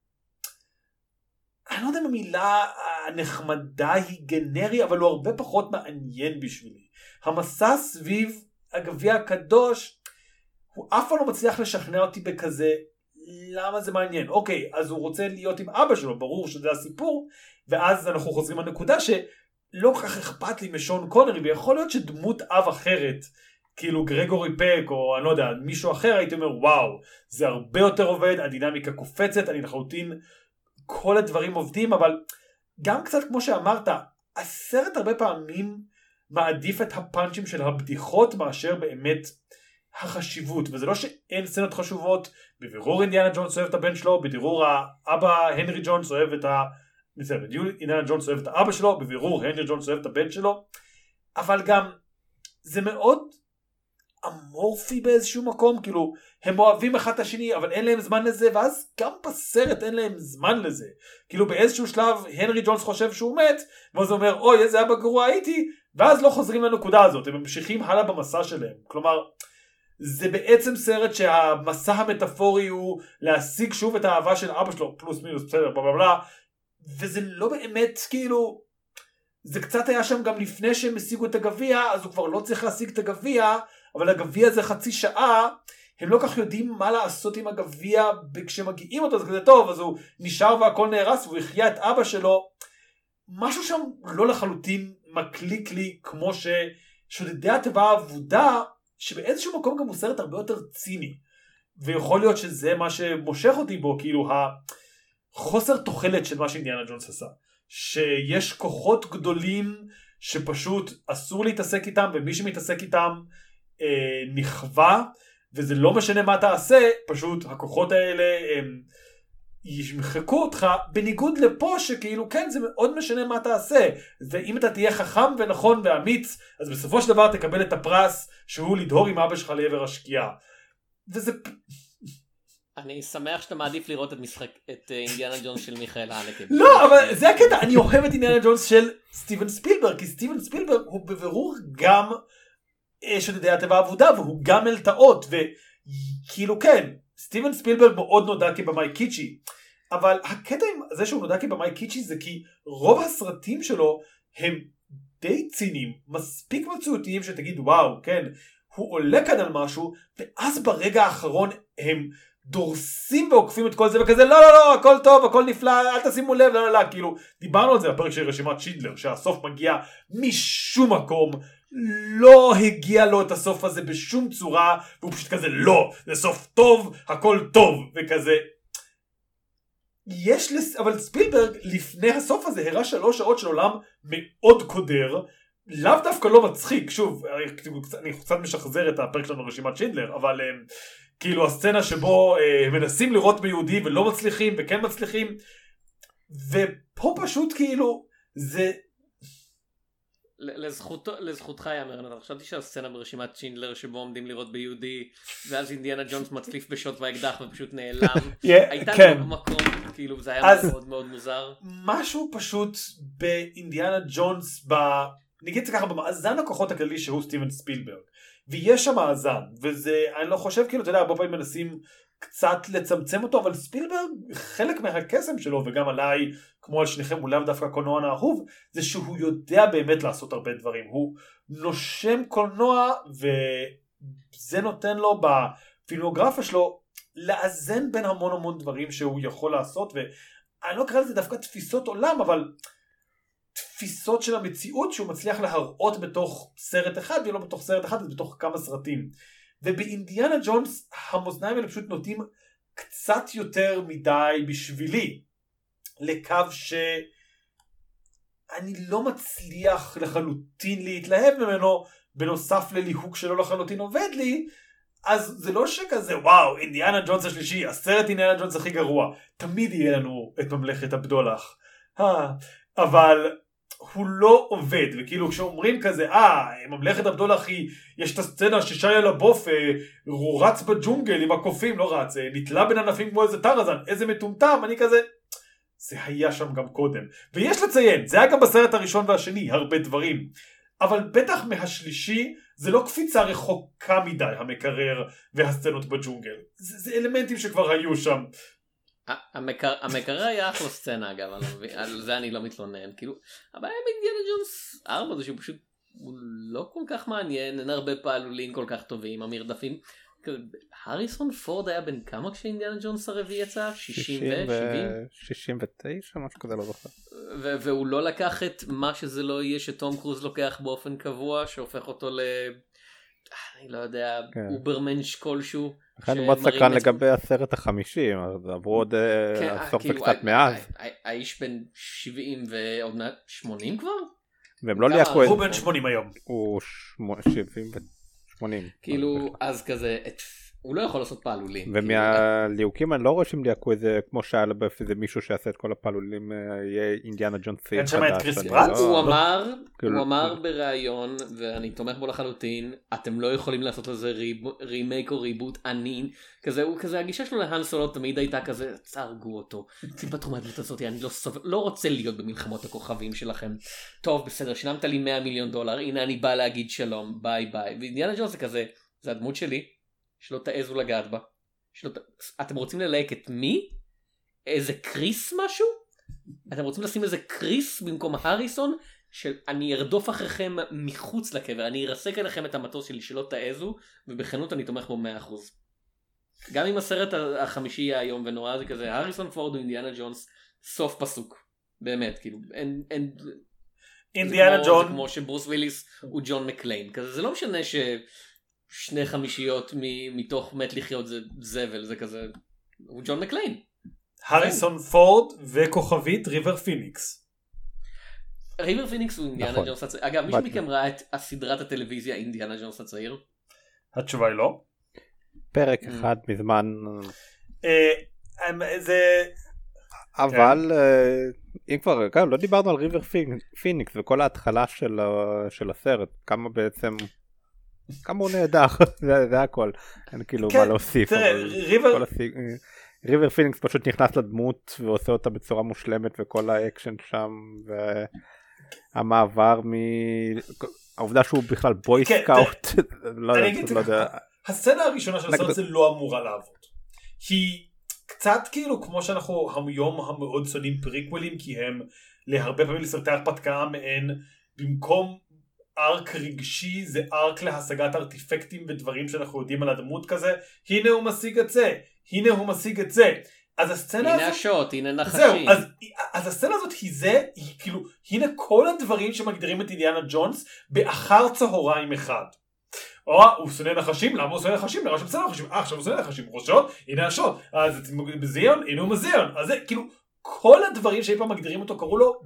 B: אני לא יודע אם המילה הנחמדה היא גנרי, אבל הוא הרבה פחות מעניין בשבילי. המסע סביב הגביע הקדוש, הוא אף פעם לא מצליח לשכנע אותי בכזה, למה זה מעניין? אוקיי, אז הוא רוצה להיות עם אבא שלו, ברור שזה הסיפור, ואז אנחנו חוזרים לנקודה שלא כל כך אכפת לי משון קונרי, ויכול להיות שדמות אב אחרת, כאילו גרגורי פק, או אני לא יודע, מישהו אחר, הייתי אומר, וואו, זה הרבה יותר עובד, הדינמיקה קופצת, אני לחלוטין, כל הדברים עובדים, אבל גם קצת כמו שאמרת, הסרט הרבה פעמים מעדיף את הפאנצ'ים של הבדיחות, מאשר באמת החשיבות, וזה לא שאין סצנות חשובות, בבירור אינדיאנה ג'ונס אוהב את הבן שלו, בבירור האבא הנרי ג'ונס אוהב את אינדיאנה ג'ונס אוהב את האבא שלו, בבירור הנרי ג'ונס אוהב את הבן שלו, אבל גם זה מאוד אמורפי באיזשהו מקום, כאילו הם אוהבים אחד את השני אבל אין להם זמן לזה, ואז גם בסרט אין להם זמן לזה, כאילו באיזשהו שלב הנרי ג'ונס חושב שהוא מת, ואז הוא אומר אוי איזה אבא גרוע הייתי, ואז לא חוזרים לנקודה הזאת, הם ממשיכים הלאה במסע שלהם. כלומר זה בעצם סרט שהמסע המטאפורי הוא להשיג שוב את האהבה של אבא שלו, פלוס מינוס בסדר בלה בלה, וזה לא באמת כאילו, זה קצת היה שם גם לפני שהם השיגו את הגביע, אז הוא כבר לא צריך להשיג את הגביע, אבל הגביע זה חצי שעה, הם לא כך יודעים מה לעשות עם הגביע כשמגיעים אותו, אז כזה טוב, אז הוא נשאר והכל נהרס, והוא החיה את אבא שלו, משהו שם לא לחלוטין מקליק לי, כמו ששודדי התיבה העבודה, שבאיזשהו מקום גם הוא סרט הרבה יותר ציני. ויכול להיות שזה מה שמושך אותי בו, כאילו החוסר תוחלת של מה שאינדיאנה ג'ונס עשה, שיש כוחות גדולים שפשוט אסור להתעסק איתם, ומי שמתעסק איתם נכווה, וזה לא משנה מה תעשה, פשוט הכוחות האלה הם ימחקו אותך, בניגוד לפה שכאילו כן זה מאוד משנה מה תעשה, ואם אתה תהיה חכם ונכון ואמיץ, אז בסופו של דבר תקבל את הפרס שהוא לדהור עם אבא שלך לעבר השקיעה. וזה...
A: אני שמח שאתה מעדיף לראות את אינדיאנה ג'ונס של מיכאל האנקה.
B: לא, אבל זה הקטע, אני אוהב את אינדיאנה ג'ונס של סטיבן ספילברג, כי סטיבן ספילברג הוא בבירור גם שתדעי הטבע העבודה, והוא גם מלטעות, וכאילו כן, סטיבן ספילברג מאוד נודע כבמאי קיצ'י, אבל הקטע עם זה שהוא נודע כבמאי קיצ'י זה כי רוב הסרטים שלו הם די ציניים, מספיק מצויתיים שתגיד וואו, כן, הוא עולה כאן על משהו, ואז ברגע האחרון הם דורסים ועוקפים את כל זה וכזה, לא, לא, לא, הכל טוב, הכל נפלא, אל תשימו לב, לא, לא, לא, כאילו, דיברנו על זה בפרק של רשימת שינדלר, שהסוף מגיע משום מקום, לא הגיע לו את הסוף הזה בשום צורה, והוא פשוט כזה, לא, זה סוף טוב, הכל טוב, וכזה. אבל ספילברג לפני הסוף הזה הראה 3 שעות של עולם מאוד קודר, לאו דווקא לא מצחיק, שוב, אני קצת משחזר את הפרק שלנו רשימת שינדלר, אבל כאילו הסצנה שבו מנסים לראות ביהודי ולא מצליחים וכן מצליחים, ופה פשוט כאילו זה...
A: לזכותך יאמר, אני חשבתי שהסצנה ברשימת שינדלר שבו עומדים לראות ביהודי ואז אינדיאנה ג'ונס מצליף בשוט והאקדח ופשוט נעלם, הייתה במקום, כאילו זה היה מאוד מאוד מוזר.
B: משהו פשוט באינדיאנה ג'ונס, נגיד זה ככה, במאזן הכוחות הכללי שהוא סטיבן ספילברג, ויש שם מאזן, וזה, אני לא חושב, כאילו, אתה יודע, הרבה פעמים מנסים קצת לצמצם אותו, אבל ספילברג, חלק מהקסם שלו, וגם עליי, כמו על שניכם, הוא לאו דווקא הקולנוען האהוב, זה שהוא יודע באמת לעשות הרבה דברים, הוא נושם קולנוע, וזה נותן לו בפילמוגרפיה שלו, לאזן בין המון דברים שהוא יכול לעשות, ואני לא קרא לזה דווקא תפיסות עולם, אבל תפיסות של המציאות שהוא מצליח להראות בתוך סרט אחד, ולא בתוך סרט אחד, אז בתוך כמה סרטים. ובאינדיאנה ג'ונס המאזניים האלה פשוט נוטים קצת יותר מדי בשבילי לקו שאני לא מצליח לחלוטין להתלהב ממנו, בנוסף לליהוק שלו לחלוטין עובד לי. אז זה לא שכזה וואו, אינדיאנה ג'ונס השלישי, הסרט אינדיאנה ג'ונס הכי גרוע, תמיד יהיה לנו את ממלכת הבדולח, אבל הוא לא עובד, וכאילו כשאומרים כזה, ממלכת הבדולח היא, יש את הסצנה ששיה לבוף, הוא רץ בג'ונגל עם הקופים, לא רץ, נתלה בין ענפים כמו איזה טרזן, איזה מטומטם, אני כזה, זה היה שם גם קודם, ויש לציין, זה היה גם בסרט הראשון והשני, הרבה דברים, אבל בטח מהשלישי, זה לא קפיצה רחוקה מדי, המקרר והסצנות בג'ונגל, זה אלמנטים שכבר היו שם.
A: המקרר היה אחלה סצנה אגב, על זה אני לא מתלונן, כאילו, הבעיה עם אינדיאנה ג'ונס 4 זה שהוא פשוט לא כל כך מעניין, אין הרבה פעלולים כל כך טובים, המרדפים, הריסון פורד היה בן כמה כשאינדיאנה ג'ונס הרביעי יצא? 60 ו-70?
C: 69, משהו כזה לא זוכר.
A: והוא לא לקח את מה שזה לא יהיה שתום קרוז לוקח באופן קבוע, שהופך אותו אני לא יודע, אוברמנש כלשהו.
C: לכן הוא מאוד סקרן לגבי הסרט ה-50, אז עברו עוד הסוף וקצת מאז.
A: האיש בן 70 ועוד מעט 80 כבר?
C: והם לא ליהקו את...
B: הוא בן 80 היום.
C: הוא 70 ו-80.
A: כאילו, אז כזה, הוא לא יכול לעשות פעלולים.
C: ומהליהוקים אני לא רואה שהם ליהקו איזה, כמו שהיה איזה מישהו שיעשה את כל הפעלולים, יהיה אינדיאנה ג'ונס חדש.
B: אין שם את קריס פראט?
A: הוא אמר בראיון, ואני תומך בו לחלוטין, אתם לא יכולים לעשות לזה רימייק או ריבוט ענין, כזה הגישה שלו להאן סולו תמיד הייתה כזה, צהרגו אותו, תתפטרו מהדמות הזאת, אני לא רוצה להיות במלחמות הכוכבים שלכם. טוב, בסדר, שילמת לי $100 מיליון, הנה אני בא להגיד שלום, ביי ביי. ואינדיאנה ג'ונס זה כזה, זה הדמות שלי, שלא תעזו לגעת בה. אתם רוצים ללהק את מי? איזה קריס משהו? אתם רוצים לשים איזה קריס במקום הריסון? שאני ארדוף אחריכם מחוץ לקבר, אני ארסק עליכם את המטוס שלי שלא תעזו, ובכנות אני תומך בו 100%. גם אם הסרט החמישי יהיה היום ונורא זה כזה, הריסון פורד או אינדיאנה ג'ונס, סוף פסוק. באמת, כאילו, אין...
B: אינדיאנה ג'ון.
A: זה כמו שברוס וויליס הוא ג'ון מקליין. כזה, זה לא משנה ש... 2/5 מתוך מת לחיות זה זבל, זה כזה, הוא ג'ון מקליין.
B: הריסון פורד וכוכבית ריבר פיניקס.
A: ריבר פיניקס הוא אינדיאנה ג'ונס הצעיר. אגב, מישהו מכם ראה את הסדרת הטלוויזיה אינדיאנה ג'ונס הצעיר?
B: התשובה היא לא.
C: פרק אחד מזמן.
B: זה...
C: אבל אם כבר, לא דיברנו על ריבר פיניקס וכל ההתחלה של הסרט, כמה בעצם, כמה הוא נהדר, זה הכל, אין כאילו מה להוסיף. ריבר פיניקס פשוט נכנס לדמות ועושה אותה בצורה מושלמת, וכל האקשן שם, והמעבר העובדה שהוא בכלל בוי סקאוט, לא יודע.
B: הסצנה הראשונה של הסרט זה לא אמורה לעבוד. היא קצת כאילו כמו שאנחנו היום המאוד שונאים פריקוולים, כי הם להרבה פעמים לסרטי הרפתקה מעין, במקום ארק רגשי זה ארק להשגת ארטיפקטים ודברים שאנחנו יודעים על הדמות כזה, הנה הוא משיג את זה, הנה הוא משיג את זה. אז הסצנה
A: הנה
B: הזאת,
A: השוט, הנה נחשים.
B: זהו, אז הסצנה הזאת היא כאילו, הנה כל הדברים שמגדירים את אינדיאנה ג'ונס באחר צהריים אחד. הוא שונא נחשים, למה הוא שונא נחשים? למה שהוא שונא נחשים? עכשיו הוא שונא נחשים, ראשות, הנה השוט, אז בזיון, הנה הוא מזיון. אז זה כאילו, כל הדברים שאי פעם מגדירים אותו קראו לו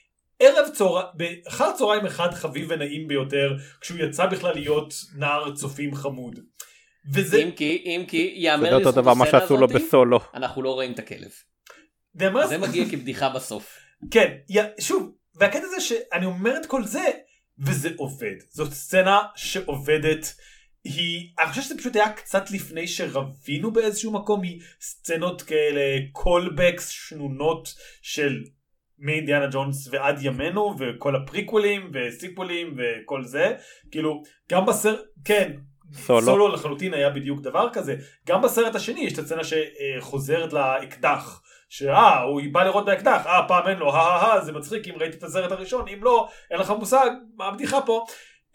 B: באחר צהריים אחד חביב ונעים ביותר, כשהוא יצא בכלל להיות נער צופים חמוד.
A: אם כי יאמר
C: זה אותו דבר מה שעשו לו בסולו.
A: אנחנו לא רואים את הכלב. זה מגיע כבדיחה בסוף.
B: כן, שוב, והקטע זה שאני אומר את כל זה, וזה עובד. זאת סצנה שעובדת. אני חושב שזה פשוט היה קצת לפני שרבינו באיזשהו מקום, מסצנות כאלה, קולבקס שנונות של מאינדיאנה ג'ונס ועד ימינו, וכל הפריקוולים וסיקוולים וכל זה. כאילו, גם בסרט, כן, סולו לחלוטין היה בדיוק דבר כזה. גם בסרט השני יש את הסצנה שחוזרת לאקדח. הוא בא לראות באקדח, פעם אין לו, זה מצחיק אם ראיתי את הסרט הראשון, אם לא, אין לך מושג, מה הבדיחה פה.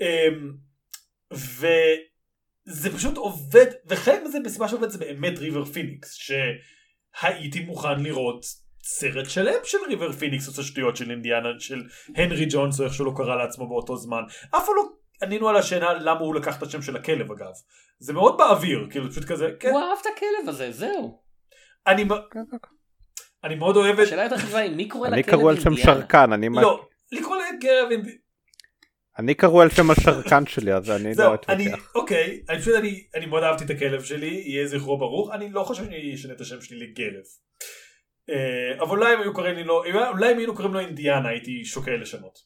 B: וזה פשוט עובד, וחלק מזה בסיבה שעובד זה באמת ריבר פיניקס, שהייתי מוכן לראות סרט שלם של ריבר פיניקס, עושה שטויות של אינדיאנה, של הנרי ג'ונס, או איך שלא קרא לעצמו באותו זמן. אף לא ענינו על השאלה למה הוא לקח את השם של הכלב אגב. זה מאוד באוויר, כאילו פשוט כזה, כן.
A: הוא אהב את הכלב הזה, זהו.
B: אני מאוד אוהבת.
A: השאלה יותר חשובה היא, מי קורא לכלב
C: אינדיאנה? אני קראו על שם שרקן,
B: לא, לקרוא לכלב אינדיאנה.
C: אני קראו על שם השרקן שלי, אז אני לא אתווכח.
B: אוקיי, אני מאוד אהבתי את הכלב שלי, יהיה זכרו ברוך, אני לא חושב שאני אשנה את השם שלי לגרב. אבל אולי אם היינו קוראים לו אינדיאנה, הייתי שוקל לשנות.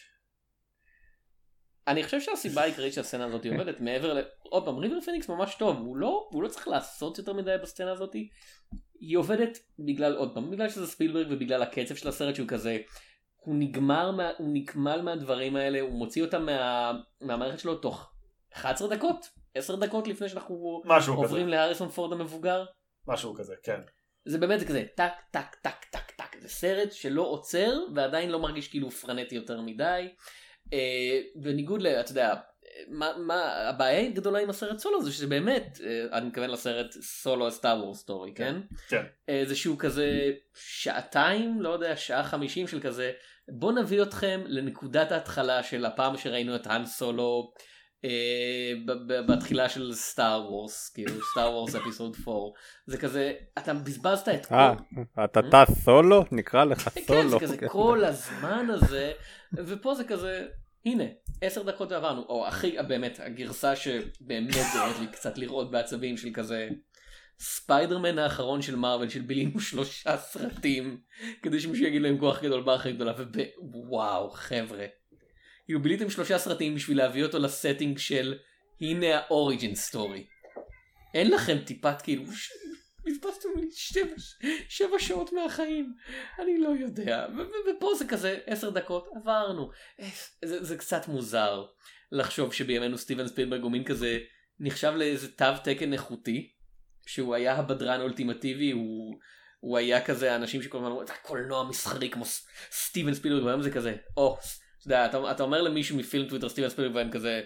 A: אני חושב שהסיבה העיקרית שהסצנה הזאת עובדת, מעבר עוד פעם, ריבר פיניקס ממש טוב, הוא לא צריך לעשות יותר מדי בסצנה הזאת, היא עובדת בגלל, עוד פעם, בגלל שזה ספילברג ובגלל הקצב של הסרט שהוא כזה, הוא נגמל מהדברים האלה, הוא מוציא אותם מהמערכת שלו תוך 11 דקות, 10 דקות לפני שאנחנו עוברים להריסון פורד המבוגר.
B: משהו כזה, כן.
A: זה באמת זה כזה, טק, טק, טק, טק, טק, זה סרט שלא עוצר, ועדיין לא מרגיש כאילו פרנטי יותר מדי. בניגוד אתה יודע, מה הבעיה הגדולה עם הסרט סולו זה שזה באמת, אני מתכוון לסרט סולו סטאר וורס סטורי, כן?
B: כן.
A: זה שהוא כזה שעתיים, לא יודע, שעה 50 של כזה, בוא נביא אתכם לנקודת ההתחלה של הפעם שראינו את האן סולו בתחילה של סטאר וורס, כאילו סטאר וורס אפיסוד 4, זה כזה, אתה בזבזת את כל...
C: אתה טס סולו? נקרא לך סולו.
A: כן, זה כזה כל הזמן הזה, ופה זה כזה, הנה, 10 דקות עברנו, או הכי, באמת, הגרסה שבאמת גורמת לי קצת לראות בעצבים של כזה, ספיידרמן האחרון של מארוול, של בילינו 3 סרטים, כדי שמישהו יגיד להם כוח גדול בה הכי גדולה, וואו, חבר'ה. כאילו ביליתם 3 סרטים בשביל להביא אותו לסטינג של הנה האוריג'ין סטורי. אין לכם טיפת כאילו, בזבזתם לי 7 שעות מהחיים, אני לא יודע. ופה זה כזה 10 דקות, עברנו. זה קצת מוזר לחשוב שבימינו סטיבן ספילברג הוא מין כזה, נחשב לאיזה תו תקן איכותי, שהוא היה הבדרן האולטימטיבי, הוא היה כזה אנשים שכל הזמן אומרים, זה קולנוע מסחרי כמו סטיבן ספילברג, והיום זה כזה, אתה אומר למישהו מפילם טוויטר סטיבן ספילברג והם כזה,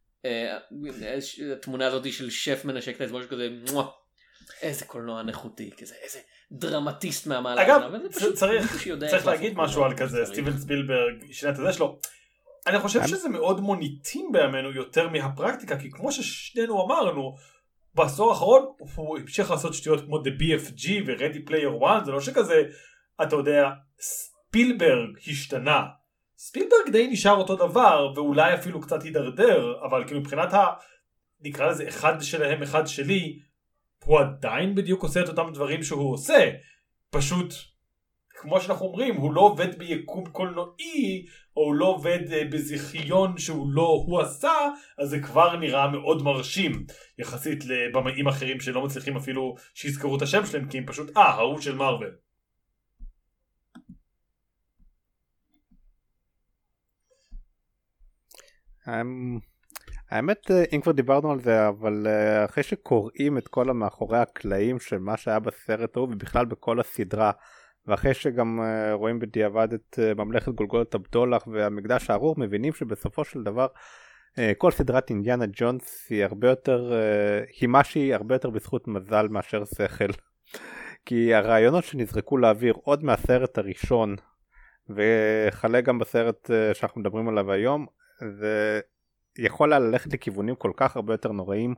A: התמונה הזאת של שף מנשק את האצבעות שכזה, איזה קולנוע נחותי, איזה דרמטיסט מהמעלה.
B: אגב, צריך להגיד משהו על כזה, סטיבן ספילברג, שינה את זה שלו, אני חושב שזה מאוד מוניטין בימינו יותר מהפרקטיקה, כי כמו ששנינו אמרנו, בעשור האחרון הוא המשיך לעשות שטויות כמו The BFG ו-Ready Player One, זה לא שכזה, אתה יודע, ספילברג השתנה. ספילברג די נשאר אותו דבר, ואולי אפילו קצת הידרדר, אבל כאילו מבחינת נקרא לזה אחד שלהם, אחד שלי, הוא עדיין בדיוק עושה את אותם דברים שהוא עושה. פשוט, כמו שאנחנו אומרים, הוא לא עובד ביקום קולנועי, או הוא לא עובד בזיכיון שהוא לא הוא עשה, אז זה כבר נראה מאוד מרשים, יחסית לבמאים אחרים שלא מצליחים אפילו שיזכרו את השם שלהם, כי הם פשוט, ההוא של מארוול.
C: האמת, אם כבר דיברנו על זה, אבל אחרי שקוראים את כל המאחורי הקלעים של מה שהיה בסרט ההוא ובכלל בכל הסדרה, ואחרי שגם רואים בדיעבד את ממלכת גולגולת הבדולח והמקדש הארור, מבינים שבסופו של דבר כל סדרת אינדיאנה ג'ונס היא הרבה יותר, היא משהי הרבה יותר בזכות מזל מאשר שכל. כי הרעיונות שנזרקו לאוויר עוד מהסרט הראשון, וחלה גם בסרט שאנחנו מדברים עליו היום, זה יכול ללכת לכיוונים כל כך הרבה יותר נוראים,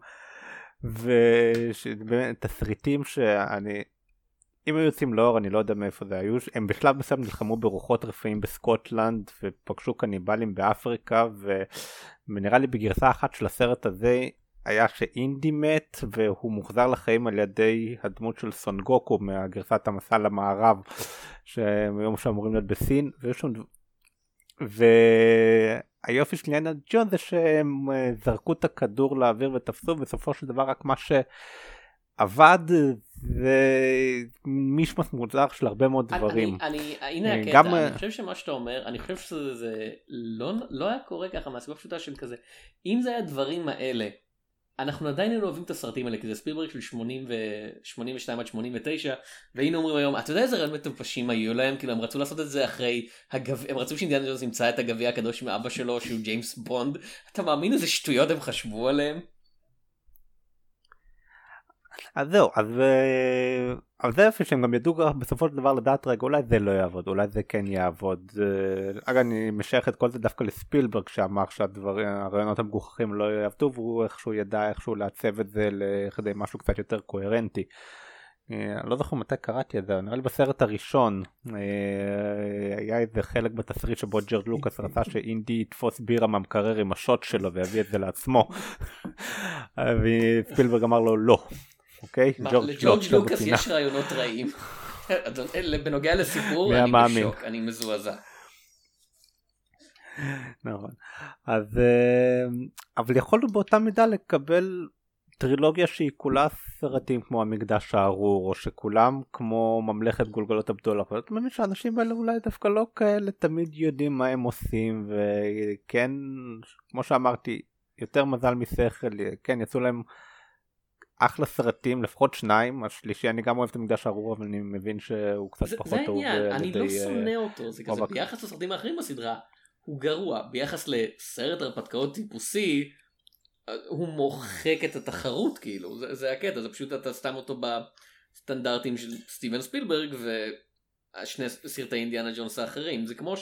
C: ותסריטים שאני, אם היו יוצאים לאור, אני לא יודע מאיפה זה היו, הם בשלב מסוים נלחמו ברוחות רפאים בסקוטלנד, ופגשו קניבלים באפריקה, ונראה לי בגרסה אחת של הסרט הזה, היה שאינדי מת, והוא מוחזר לחיים על ידי הדמות של סון גוקו, מהגרסת המסע למערב, שהיום שאמורים להיות בסין, והיופי של אינדיאנה ג'ונס זה שהם זרקו את הכדור לאוויר ותפסו, בסופו של דבר רק מה שעבד זה מישמש מוזר של הרבה מאוד דברים.
A: הנה הקטע, אני חושב שמה שאתה אומר, אני חושב שזה לא היה קורה ככה מהסיבה פשוטה של כזה, אם זה היה דברים האלה, אנחנו עדיין לא אוהבים את הסרטים האלה, כי זה ספילברג של 82 עד 89, והיינו אומרים היום, אתה יודע איזה רעיון מטופשים היו להם? כאילו הם רצו לעשות את זה אחרי, הם רצו שאינדיאנה ג'ונס ימצא את הגביע הקדוש מאבא שלו, שהוא ג'יימס בונד. אתה מאמין איזה שטויות הם חשבו עליהם?
C: אז זהו, אז זה יפה שהם גם ידעו בסופו של דבר לדעת רגע, אולי זה לא יעבוד, אולי זה כן יעבוד. אגב, אני משייך את כל זה דווקא לספילברג שאמר שהרעיונות המגוחכים לא יעבדו, והוא איכשהו ידע איכשהו לעצב את זה לכדי משהו קצת יותר קוהרנטי. לא זוכר מתי קראתי את זה, נראה לי בסרט הראשון היה איזה חלק בתסריט שבו ג'ורג' לוקאס רצה שאינדי יתפוס בירה מהמקרר עם השוט שלו ויביא את זה לעצמו, וספילברג אמר לו לא. אוקיי?
A: לג'ורג' לוקאס יש רעיונות רעים. בנוגע לסיפור אני בשוק, אני מזועזע.
C: נכון. אז אבל יכולנו באותה מידה לקבל טרילוגיה שהיא כולה סרטים כמו המקדש הארור, או שכולם כמו ממלכת גולגולות הבדולח. ואתה מבין שהאנשים האלה אולי דווקא לא כאלה תמיד יודעים מה הם עושים, וכן, כמו שאמרתי, יותר מזל משכל, כן, יצאו להם אחלה סרטים, לפחות שניים, השלישי אני גם אוהב את המקדש הארור, אבל אני מבין שהוא קצת פחות טוב.
A: זה העניין, אני לא שונא אותו, זה כזה, ביחס לסרטים האחרים בסדרה, הוא גרוע, ביחס לסרט הרפתקאות טיפוסי, הוא מוחק את התחרות כאילו, זה הקטע, זה פשוט אתה סתם אותו בסטנדרטים של סטיבן ספילברג והשני סרטי אינדיאנה ג'ונס האחרים. זה כמו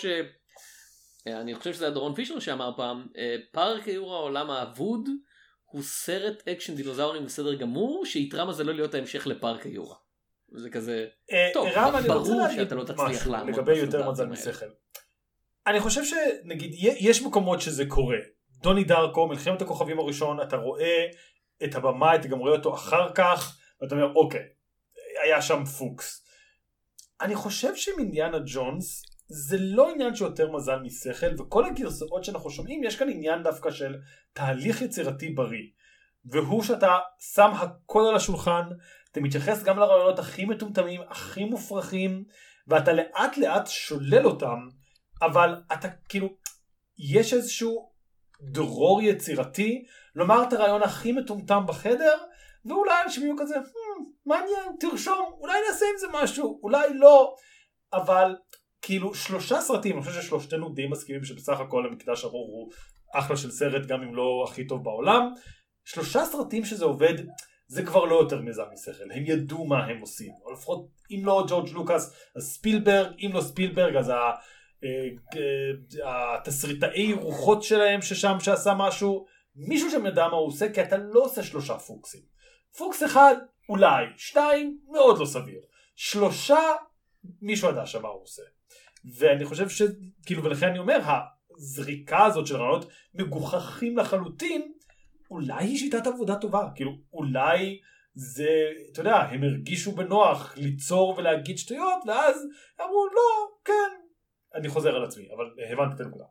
A: אני חושב שזה דורון פישר שאמר פעם, פארק היור העולם האבוד הוא סרט אקשן דינוזאורים בסדר גמור, שיתרם הזה לא להיות ההמשך לפארק היורה. זה כזה, טוב, ברור שאתה לא תצליח לעמוד
B: לגבי יותר מזל משכל. אני חושב שנגיד יש מקומות שזה קורה. דוני דארקו, מלחמת הכוכבים הראשון, אתה רואה את הבמה, אתה גם רואה אותו אחר כך, ואתה אומר, אוקיי, היה שם פוקס. אני חושב שעם אינדיאנה ג'ונס, זה לא עניין שיותר מזל משכל, וכל הגרסאות שאנחנו שומעים, יש כאן עניין דווקא של תהליך יצירתי בריא. והוא שאתה שם הכל על השולחן, אתה מתייחס גם לרעיונות הכי מטומטמים, הכי מופרכים, ואתה לאט לאט שולל אותם, אבל אתה כאילו, יש איזשהו דרור יצירתי, לומר את הרעיון הכי מטומטם בחדר, ואולי אנשים יהיו כזה, מעניין, תרשום, אולי נעשה עם זה משהו, אולי לא, אבל כאילו 3 סרטים, אני חושב ששלושתנו די מסכימים שבסך הכל המקדש הארור הוא אחלה של סרט, גם אם לא הכי טוב בעולם, 3 סרטים שזה עובד, זה כבר לא יותר מזל משכל, הם ידעו מה הם עושים, או לפחות אם לא ג'ורג' לוקאס, אז ספילברג, אם לא ספילברג, אז התסריטאי רוחות שלהם ששם שעשה משהו, מישהו שם ידע מה הוא עושה, כי אתה לא עושה 3 פוקסים. פוקס אחד אולי, 2 מאוד לא סביר, 3 מישהו ידע שמה הוא עושה. ואני חושב שכאילו, ולכן אני אומר, הזריקה הזאת של רעיונות מגוחכים לחלוטין, אולי היא שיטת עבודה טובה, כאילו אולי זה, אתה יודע, הם הרגישו בנוח ליצור ולהגיד שטויות, ואז אמרו לא, כן, אני חוזר על עצמי, אבל הבנתי את הנקודה.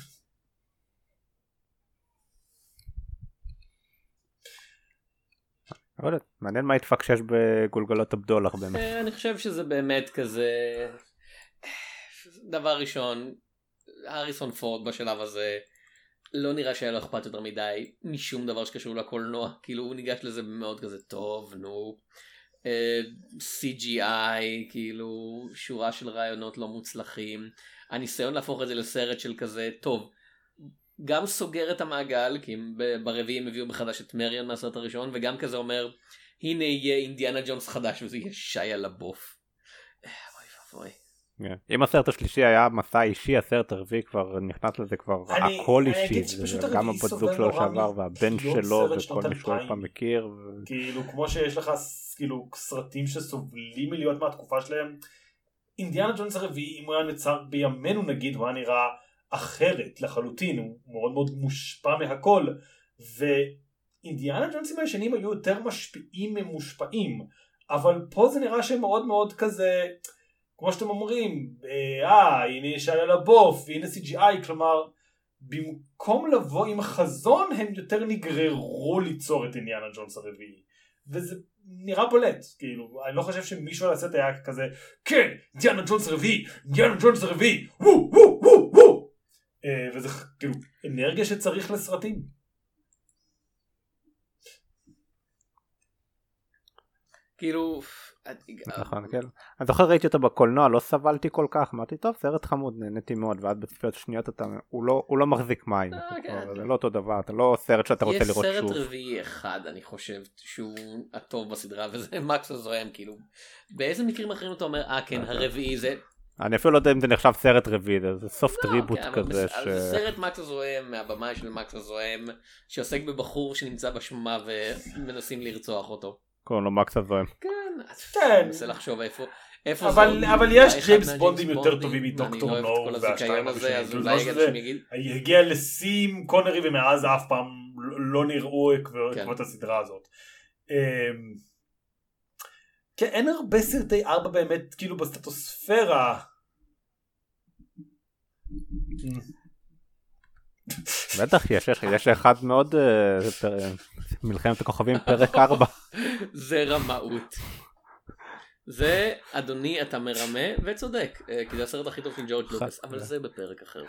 C: מעניין מה התפקשש בגולגלות הבדולח באמת.
A: אני חושב שזה באמת כזה, דבר ראשון, הריסון פורד בשלב הזה לא נראה שהיה לו אכפת יותר מדי משום דבר שקשור לקולנוע, כאילו הוא ניגש לזה מאוד כזה טוב, נו, CGI, כאילו שורה של רעיונות לא מוצלחים, הניסיון להפוך את זה לסרט של כזה טוב, גם סוגר את המעגל, כי ברביעי הם הביאו מחדש את מריון מהסרט הראשון, וגם כזה אומר, הנה יהיה אינדיאנה ג'ונס חדש, וזה יהיה שיה לבוף. אוי ואבוי.
C: אם הסרט השלישי היה מסע אישי, הסרט הרביעי כבר נכנס לזה כבר הכל אישי, גם הבת זוג שלו שעבר והבן שלו וכל מי שהוא פעם מכיר.
B: כאילו כמו שיש לך כאילו סרטים שסובלים מלהיות מהתקופה שלהם, אינדיאנה ג'ונס הרביעי, אם הוא היה נצר בימינו נגיד, הוא היה נראה אחרת לחלוטין, הוא מאוד מאוד מושפע מהכל, ואינדיאנה ג'ונסים הישנים היו יותר משפיעים ממושפעים, אבל פה זה נראה שהם מאוד מאוד כזה, כמו שאתם אומרים, הנה שהיה לבוף, הנה CGI, כלומר, במקום לבוא עם החזון, הם יותר נגררו ליצור את אינדיאנה ג'ונס הרביעי, וזה נראה בולט, כאילו, אני לא חושב שמישהו על הסרט היה כזה, כן, אינדיאנה ג'ונס הרביעי, אינדיאנה ג'ונס הרביעי, וואו, וואו, וואו, וואו, וזה כאילו אנרגיה שצריך לסרטים.
A: כאילו
C: נכון, כן. אני זוכר ראיתי אותו בקולנוע, לא סבלתי כל כך, אמרתי טוב סרט חמוד, נהניתי מאוד, ואז בצפיות שניות הוא לא מחזיק מים, זה לא אותו דבר, אתה לא סרט שאתה רוצה לראות שוב.
A: יש סרט רביעי אחד אני חושב שהוא הטוב בסדרה, וזה מקס הזוהם, כאילו באיזה מקרים אחרים אתה אומר כן הרביעי זה,
C: אני אפילו לא יודע אם זה נחשב סרט רביעי, זה סופט ריבוט כזה.
A: זה סרט מקס הזוהם מהבמה של מקס הזוהם שעוסק בבחור שנמצא בשממה ומנסים לרצוח אותו.
C: קוראים לו מקס הזוהם.
A: כן, מנסה לחשוב איפה
B: אבל יש ג'יימס בונדים יותר טובים מדוקטור נו והשתיים הראשונים, הגיע לסים קונרי ומאז אף פעם לא נראו עקבות הסדרה הזאת. כן, אין הרבה סרטי 4 באמת כאילו בסטטוספירה.
C: בטח יש אחד מאוד מלחמת הכוכבים פרק 4.
A: זה רמאות. זה אדוני אתה מרמה וצודק, כי זה הסרט הכי טוב של ג'ורג' לוקאס, אבל זה בפרק אחר.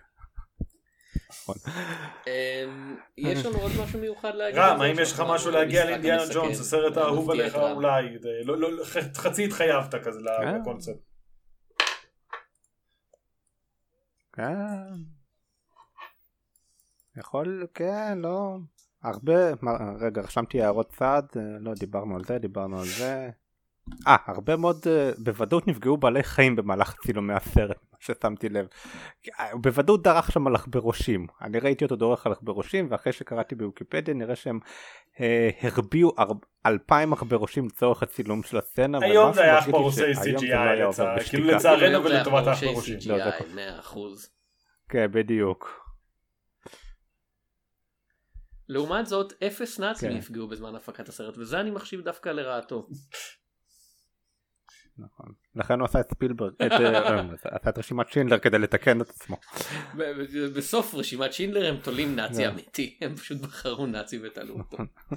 A: יש לנו עוד משהו מיוחד להגיד?
B: רם, האם יש לך משהו להגיע לאינדיאנה ג'ונס, הסרט האהוב עליך אולי, חצי התחייבת כזה לקונספט.
C: כן. יכול, כן, לא. הרבה, רגע, רשמתי הערות צעד, לא, דיברנו על זה. הרבה מאוד, בוודאות נפגעו בעלי חיים במהלך צילומי הסרט, מה ששמתי לב. בוודאות דרך שם על עכברושים. אני ראיתי אותו דורך על עכברושים, ואחרי שקראתי בוויקיפדיה, נראה שהם הרביעו 2,000 עכברושים לצורך הצילום של הסצנה.
B: היום זה היה עכברושי CGI, כאילו לצערנו ולטובת העכברושים.
A: 100%.
C: כן, בדיוק.
A: לעומת זאת, 0 נאצים נפגעו בזמן הפקת הסרט, וזה אני מחשיב דווקא לרעתו.
C: נכון. לכן הוא עשה את ספילברג, עשה את רשימת שינדלר כדי לתקן את עצמו.
A: בסוף רשימת שינדלר הם תולים נאצי אמיתי, הם פשוט בחרו נאצי ותלו אותו.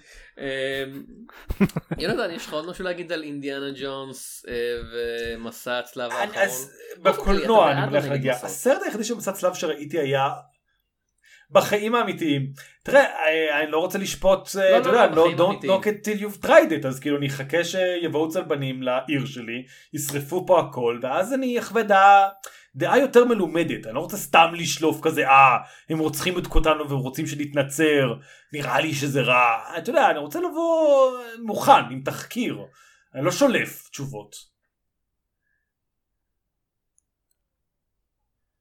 A: יונתן, יש לך עוד משהו להגיד על אינדיאנה ג'ונס ומסע הצלב האחרון?
B: בקולנוע אני מלך להגיע. הסרט היחידי של מסע הצלב שראיתי היה בחיים האמיתיים. תראה, אני לא רוצה לשפוט, אתה יודע, don't knock it till you've tried it, אז כאילו אני אחכה שיבואו צלבנים לעיר שלי, ישרפו פה הכל, ואז אני אחווה דעה יותר מלומדת. אני לא רוצה סתם לשלוף כזה, הם רוצחים את אותנו והם רוצים שנתנצר, נראה לי שזה רע. אתה יודע, אני רוצה לבוא מוכן עם תחקיר, אני לא שולף תשובות.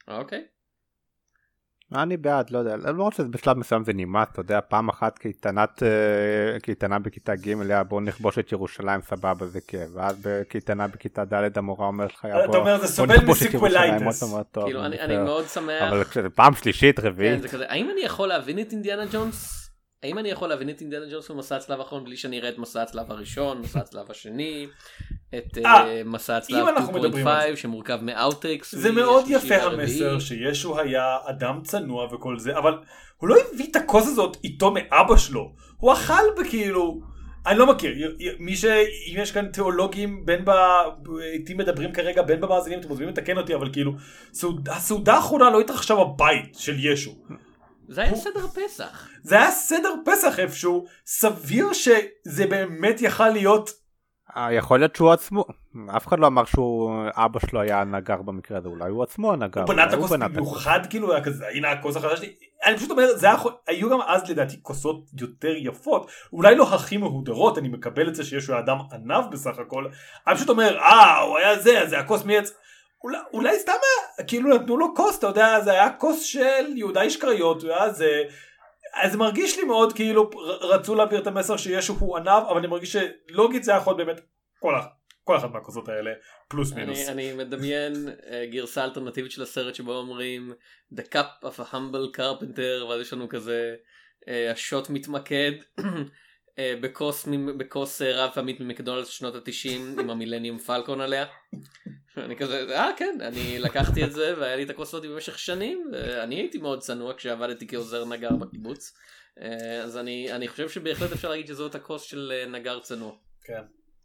A: אוקיי.
C: אני בעד, לא יודע, למרות שבשלב מסוים זה נמאס, אתה יודע, פעם אחת קייטנה בכיתה ג' היה בוא נכבוש את ירושלים, סבבה זה כיף, ואז בקייטנה בכיתה ד' המורה אומרת לך,
B: אתה אומר זה סובל מסיקוולייטס.
A: כאילו אני מאוד שמח.
C: אבל כשזה פעם שלישית, רביעית.
A: האם אני יכול להבין את אינדיאנה ג'ונס? האם אני יכול להבין את אינדיאנה ג'ונס במסע הצלב האחרון בלי שאני אראה את מסע הצלב הראשון, מסע הצלב השני, את מסע הצלב 2.5 שמורכב מאוטטקס.
B: זה מאוד יפה המסר שישו היה אדם צנוע וכל זה, אבל הוא לא הביא את הכוס הזאת איתו מאבא שלו. הוא אכל בכאילו, אני לא מכיר, אם יש כאן תיאולוגים איתי מדברים כרגע בין במאזינים, אתם מוזמנים לתקן אותי, אבל כאילו הסעודה האחרונה לא התרחשה בבית של ישו.
A: זה היה סדר פסח.
B: זה היה סדר פסח איפשהו, סביר שזה באמת יכל להיות...
C: יכול להיות שהוא עצמו, אף אחד לא אמר אבא שלו היה הנגר במקרה הזה, אולי הוא עצמו הנגר.
B: הוא בנה את הכוס במיוחד, כאילו היה כזה, הנה הכוס החדש שלי. אני פשוט אומר, היו גם אז לדעתי כוסות יותר יפות, אולי לא הכי מהודרות, אני מקבל את זה שיש הוא אדם ענב בסך הכל, אני פשוט אומר, הוא היה זה הכוס מעץ. אולי סתם כאילו נתנו לו כוס, אתה יודע, זה היה כוס של יהודה איש קריות, אז זה מרגיש לי מאוד כאילו רצו להעביר את המסר שישו הוא ענב, אבל אני מרגיש שלוגית זה יכול באמת כל אחת מהכוסות האלה, פלוס מינוס.
A: אני מדמיין גרסה אלטרנטיבית של הסרט שבו אומרים The cup of a humble carpenter, ואז יש לנו כזה השוט מתמקד בקוס רב פעמית ממקדונלדס שנות ה-90 עם המילניום פלקון עליה. אני כזה, כן, אני לקחתי את זה והיה לי את הכוס הזאת במשך שנים, ואני הייתי מאוד צנוע כשעבדתי כעוזר נגר בקיבוץ, אז אני חושב שבהחלט אפשר להגיד שזאת הכוס של נגר צנוע.
B: כן.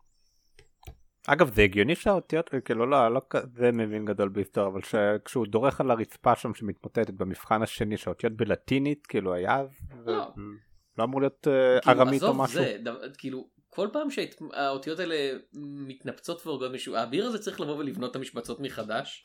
C: אגב זה הגיוני שהאותיות, כאילו לא כזה מבין גדול בהיסטוריה, אבל כשהוא דורך על הרצפה שם שמתמוטטת במבחן השני, שהאותיות בלטינית, כאילו היה, לא אמור להיות ארמית או משהו.
A: כאילו, כל פעם שהאותיות האלה מתנפצות והורגות מישהו, האביר הזה צריך לבוא ולבנות את המשבצות מחדש.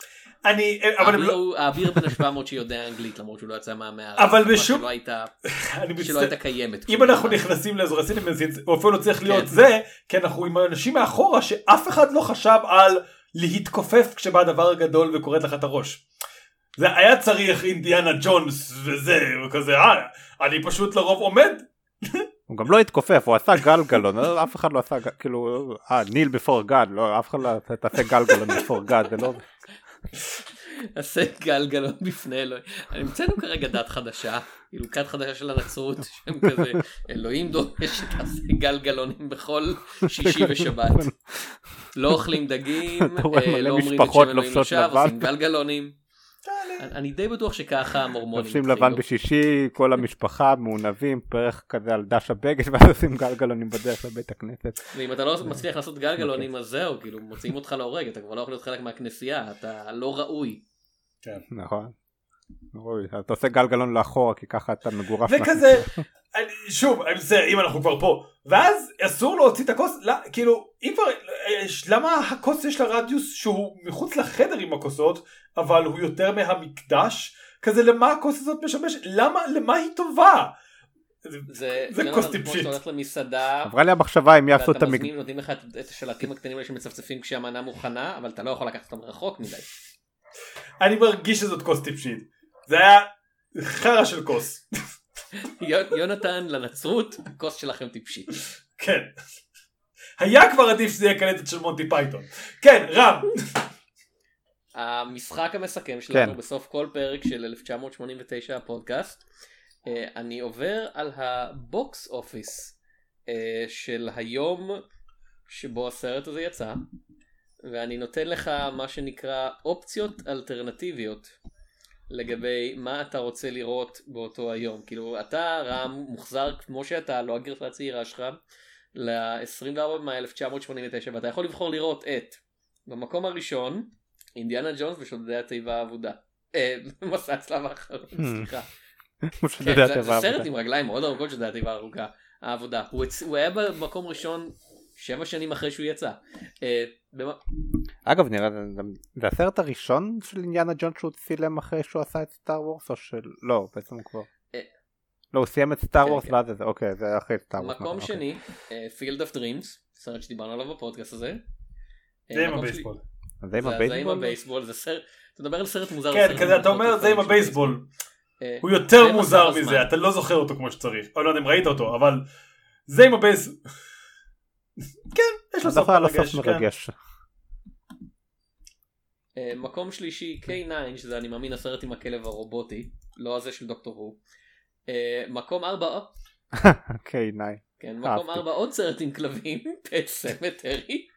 A: האביר בן 700 שיודע אנגלית, למרות שהוא לא יצא מהמאה,
B: אבל בשום...
A: שלא הייתה קיימת.
B: אם אנחנו נכנסים לאזור הסינמה, הוא אפילו לא צריך להיות זה, כי אנחנו עם אנשים מאחורה שאף אחד לא חשב על להתכופף כשבא הדבר הגדול וקוראת לך את הראש. זה היה צריך אינדיאנה ג'ונס וזה, וכזה, אני פשוט לרוב עומד.
C: הוא גם לא התכופף, הוא עשה גלגלון, אף אחד לא עשה, כאילו, ניל בפור גד, לא, אף אחד לא תעשה גלגלון בפור גד, זה לא...
A: עשה גלגלון בפני אלוהים. אני מצאנו כרגע דת חדשה, כאילו כת חדשה של הנצרות, שהם כזה, אלוהים דורש שתעשה גלגלונים בכל שישי ושבת. לא אוכלים דגים, לא אומרים את שם אלוהים עכשיו, עושים גלגלונים. אני די בטוח שככה המורמונים
C: לובשים לבן בשישי, כל המשפחה מעונבים, פרח כזה על דש הבגד, ואז עושים גלגלונים בדרך לבית הכנסת.
A: ואם אתה לא מצליח לעשות גלגלונים אז זהו, כאילו מוצאים אותך להורג, אתה כבר לא יכול להיות חלק מהכנסייה, אתה לא ראוי.
B: כן.
C: נכון. ראוי, אתה עושה גלגלון לאחורה, כי ככה אתה מגורף.
B: וכזה, שוב, אם אנחנו כבר פה, ואז אסור להוציא את הכוס, כאילו, למה הכוס יש לה רדיוס שהוא מחוץ לחדר עם הכוסות, אבל הוא יותר מהמקדש, כזה למה הכוס הזאת משמש, למה היא טובה? זה כוס טיפשית.
A: אתה הולך למסעדה,
C: עברה לי המחשבה אם יעשו את
A: ואתה מזמין, נותנים לך את השלטים הקטנים האלה שמצפצפים כשהמנה מוכנה, אבל אתה לא יכול לקחת אותם רחוק מדי.
B: אני מרגיש שזאת כוס טיפשית. זה היה חרא של כוס.
A: יונתן לנצרות, הכוס שלכם טיפשית.
B: כן. היה כבר עדיף שזה יהיה קלטת של מונטי פייתון. כן, רם.
A: המשחק המסכם שלנו בסוף כל פרק של 1989 הפודקאסט, אני עובר על הבוקס אופיס של היום שבו הסרט הזה יצא, ואני נותן לך מה שנקרא אופציות אלטרנטיביות לגבי מה אתה רוצה לראות באותו היום. כאילו אתה רם מוחזר כמו שאתה, לא הגרסה הצעירה שלך, ל-24 במאי 1989, ואתה יכול לבחור לראות את במקום הראשון אינדיאנה ג'ונס ושודדי התיבה האבודה, מסע הצלב האחרון, סליחה. זה סרט עם רגליים מאוד ארוכות שודדי התיבה האבודה. הוא היה במקום ראשון 7 שנים אחרי שהוא יצא.
C: אגב, נראה, זה הסרט הראשון של אינדיאנה ג'ונס שהוא צילם אחרי שהוא עשה את סטאר וורס, או של... לא, בעצם כבר... לא, הוא סיים את סטאר וורס ואז זה, אוקיי, זה אחרי סטאר וורס.
A: מקום שני, Field of Dreams, סרט שדיברנו עליו בפודקאסט הזה.
B: זה עם הבייסבול.
C: זה עם הבייסבול?
A: זה עם הבייסבול, זה סרט, אתה מדבר על סרט מוזר.
B: כן, כזה אתה אומר זה עם הבייסבול. הוא יותר מוזר מזה, אתה לא זוכר אותו כמו שצריך. או לא יודע אם ראית אותו, אבל זה עם הבייסבול. כן, יש לו סוף מרגש.
A: מקום שלישי, K9, שזה אני מאמין הסרט עם הכלב הרובוטי, לא הזה של דוקטור הו. מקום 4,
C: K9.
A: כן, מקום 4 עוד סרט עם כלבים, פט סמטרי.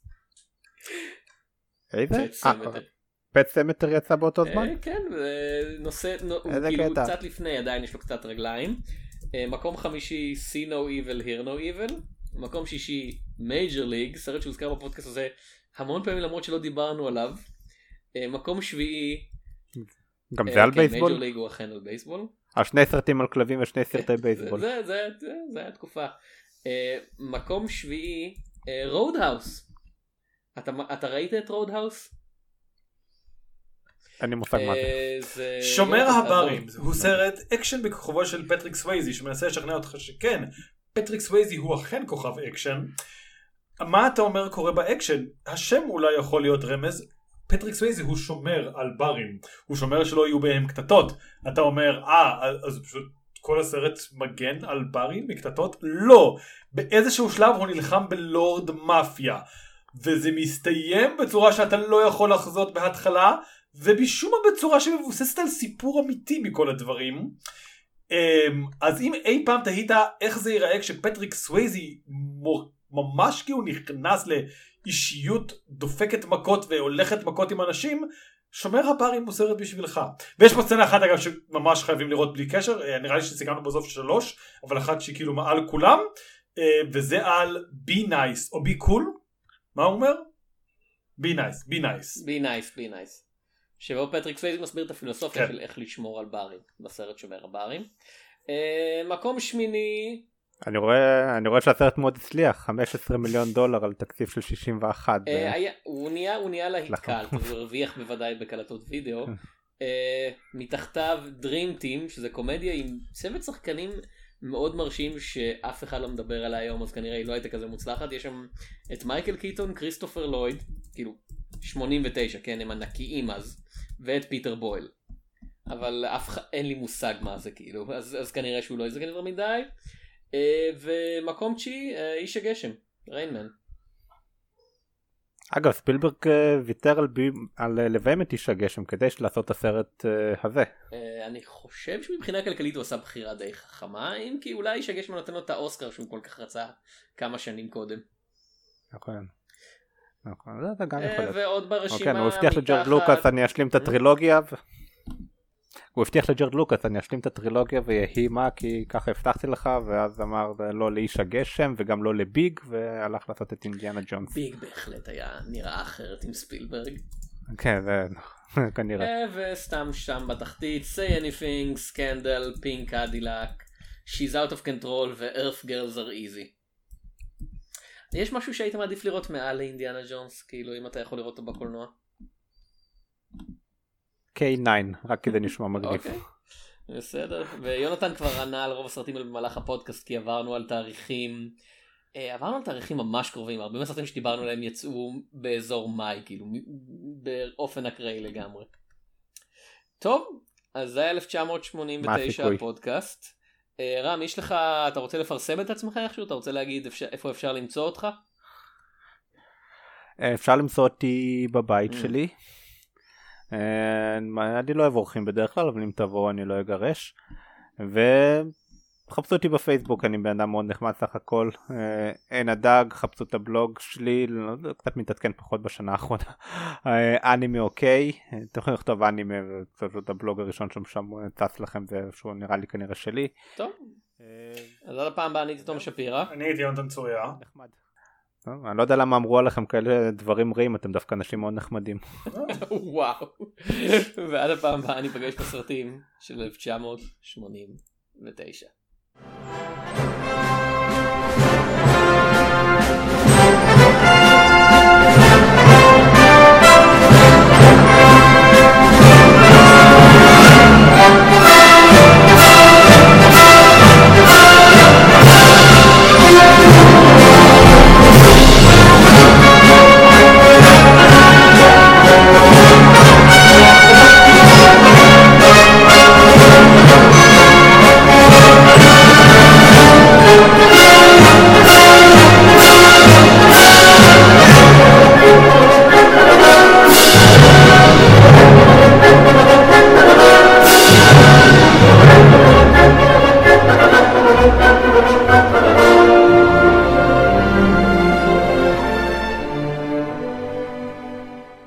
C: איזה? פט סמטרי יצא באותו זמן?
A: כן, נושא, כאילו קצת לפני, עדיין יש לו קצת רגליים. מקום חמישי, See No Evil, Hear No Evil. מקום שישי, Major League, סרט שהוזכר בפודקאסט הזה המון פעמים למרות שלא דיברנו עליו. מקום שביעי,
C: גם זה על בייסבול?
A: Major League הוא אכן על בייסבול.
C: שני סרטים על כלבים ושני סרטי בייסבול.
A: זה היה תקופה. מקום שביעי, Roadhouse. אתה ראית את Roadhouse?
C: אני מושג מה
B: זה. שומר הברים, הוא סרט אקשן בכוכבו של פטריק סווייזי, שמנסה לשכנע אותך שכן, פטריק סווייזי הוא אכן כוכב אקשן. מה אתה אומר קורה באקשן? השם אולי יכול להיות רמז. פטריק סווייזי הוא שומר על ברים, הוא שומר שלא יהיו בהם קטטות. אתה אומר, אז פשוט כל הסרט מגן על ברים מקטטות? לא, באיזשהו שלב הוא נלחם בלורד מאפיה, וזה מסתיים בצורה שאתה לא יכול לחזות בהתחלה, ובשום בצורה שמבוססת על סיפור אמיתי מכל הדברים. אז אם אי פעם תהית איך זה ייראה כשפטריק סווייזי ממש כי הוא נכנס לאישיות דופקת מכות והולכת מכות עם אנשים, שומר הברים הוא סרט בשבילך. ויש פה סצנה אחת אגב שממש חייבים לראות בלי קשר, נראה לי שסיכמנו בסוף 3, אבל אחת שהיא כאילו מעל כולם, וזה על be nice או be cool. מה הוא אומר? be nice, be nice.
A: be nice, be nice. שבו פטריק סווייזי מסביר את הפילוסופיה של איך לשמור על ברים בסרט שומר הברים. מקום שמיני,
C: אני רואה שהסרט מאוד הצליח, $15 מיליון על תקציב של 61.
A: הוא נהיה להיתקל, הוא הרוויח בוודאי בקלטות וידאו. מתחתיו Dream Team, שזה קומדיה עם צוות שחקנים מאוד מרשים שאף אחד לא מדבר עליה היום, אז כנראה היא לא הייתה כזה מוצלחת. יש שם את מייקל קיטון, כריסטופר לויד, כאילו 89, כן, הם ענקיים אז, ואת פיטר בויל. אבל אין לי מושג מה זה כאילו, אז כנראה שהוא לא יזכן יותר מדי. ומקום תשיעי, איש הגשם, ריינמן.
C: אגב, ספילברג ויתר על לביים את איש הגשם כדי לעשות את הסרט הזה.
A: אני חושב שמבחינה כלכלית הוא עשה בחירה די חכמה, אם כי אולי איש הגשם נותן לו את האוסקר שהוא כל כך רצה כמה שנים קודם.
C: נכון. זה גם יכול להיות.
A: ועוד ברשימה
C: הוא הבטיח לג'ורג' לוקאס אני אשלים את הטרילוגיה. הוא הבטיח לג'ורג' לוקאס אני אשלים את הטרילוגיה ויהי מה כי ככה הבטחתי לך, ואז אמר לא לאיש הגשם וגם לא לביג, והלך לעשות את אינדיאנה ג'ונס.
A: ביג בהחלט היה נראה אחרת עם ספילברג.
C: כן, זה כנראה.
A: וסתם שם בתחתית Say Anything, Scandal, Pink Cadillac, She's Out of Control ו-Earth Girls Are Easy. יש משהו שהיית מעדיף לראות מעל לאינדיאנה ג'ונס, כאילו אם אתה יכול לראות אותו בקולנוע?
C: K9, רק כדי נשמע מגניב.
A: אוקיי, בסדר. ויונתן כבר ענה על רוב הסרטים במהלך הפודקאסט, כי עברנו על תאריכים ממש קרובים. הרבה מהסרטים שדיברנו עליהם יצאו באזור מאי, כאילו באופן אקראי לגמרי. טוב, אז זה 1989 הפודקאסט. רם, יש לך, אתה רוצה לפרסם את עצמך איכשהו? אתה רוצה להגיד איפה אפשר למצוא אותך? אפשר
C: למצוא אותי בבית שלי. אני לא אוהב אורחים בדרך כלל, אבל אם תבואו אני לא אגרש. וחפשו אותי בפייסבוק, אני בן אדם מאוד נחמד סך הכל. אין הדג, חפשו את הבלוג שלי, קצת מתעדכן פחות בשנה האחרונה. אנימי אוקיי, אתם יכולים לכתוב אנימי, וקצת את הבלוג הראשון שם צץ לכם, זה שהוא נראה לי כנראה שלי.
A: טוב, אז עד הפעם הבאה אני הייתי תום שפירא.
B: אני הייתי יונתן צוריה.
C: נחמד. אני לא יודע למה אמרו עליכם כאלה דברים רעים, אתם דווקא אנשים מאוד נחמדים.
A: וואו. ועד הפעם הבאה אני פגש בסרטים של 1989.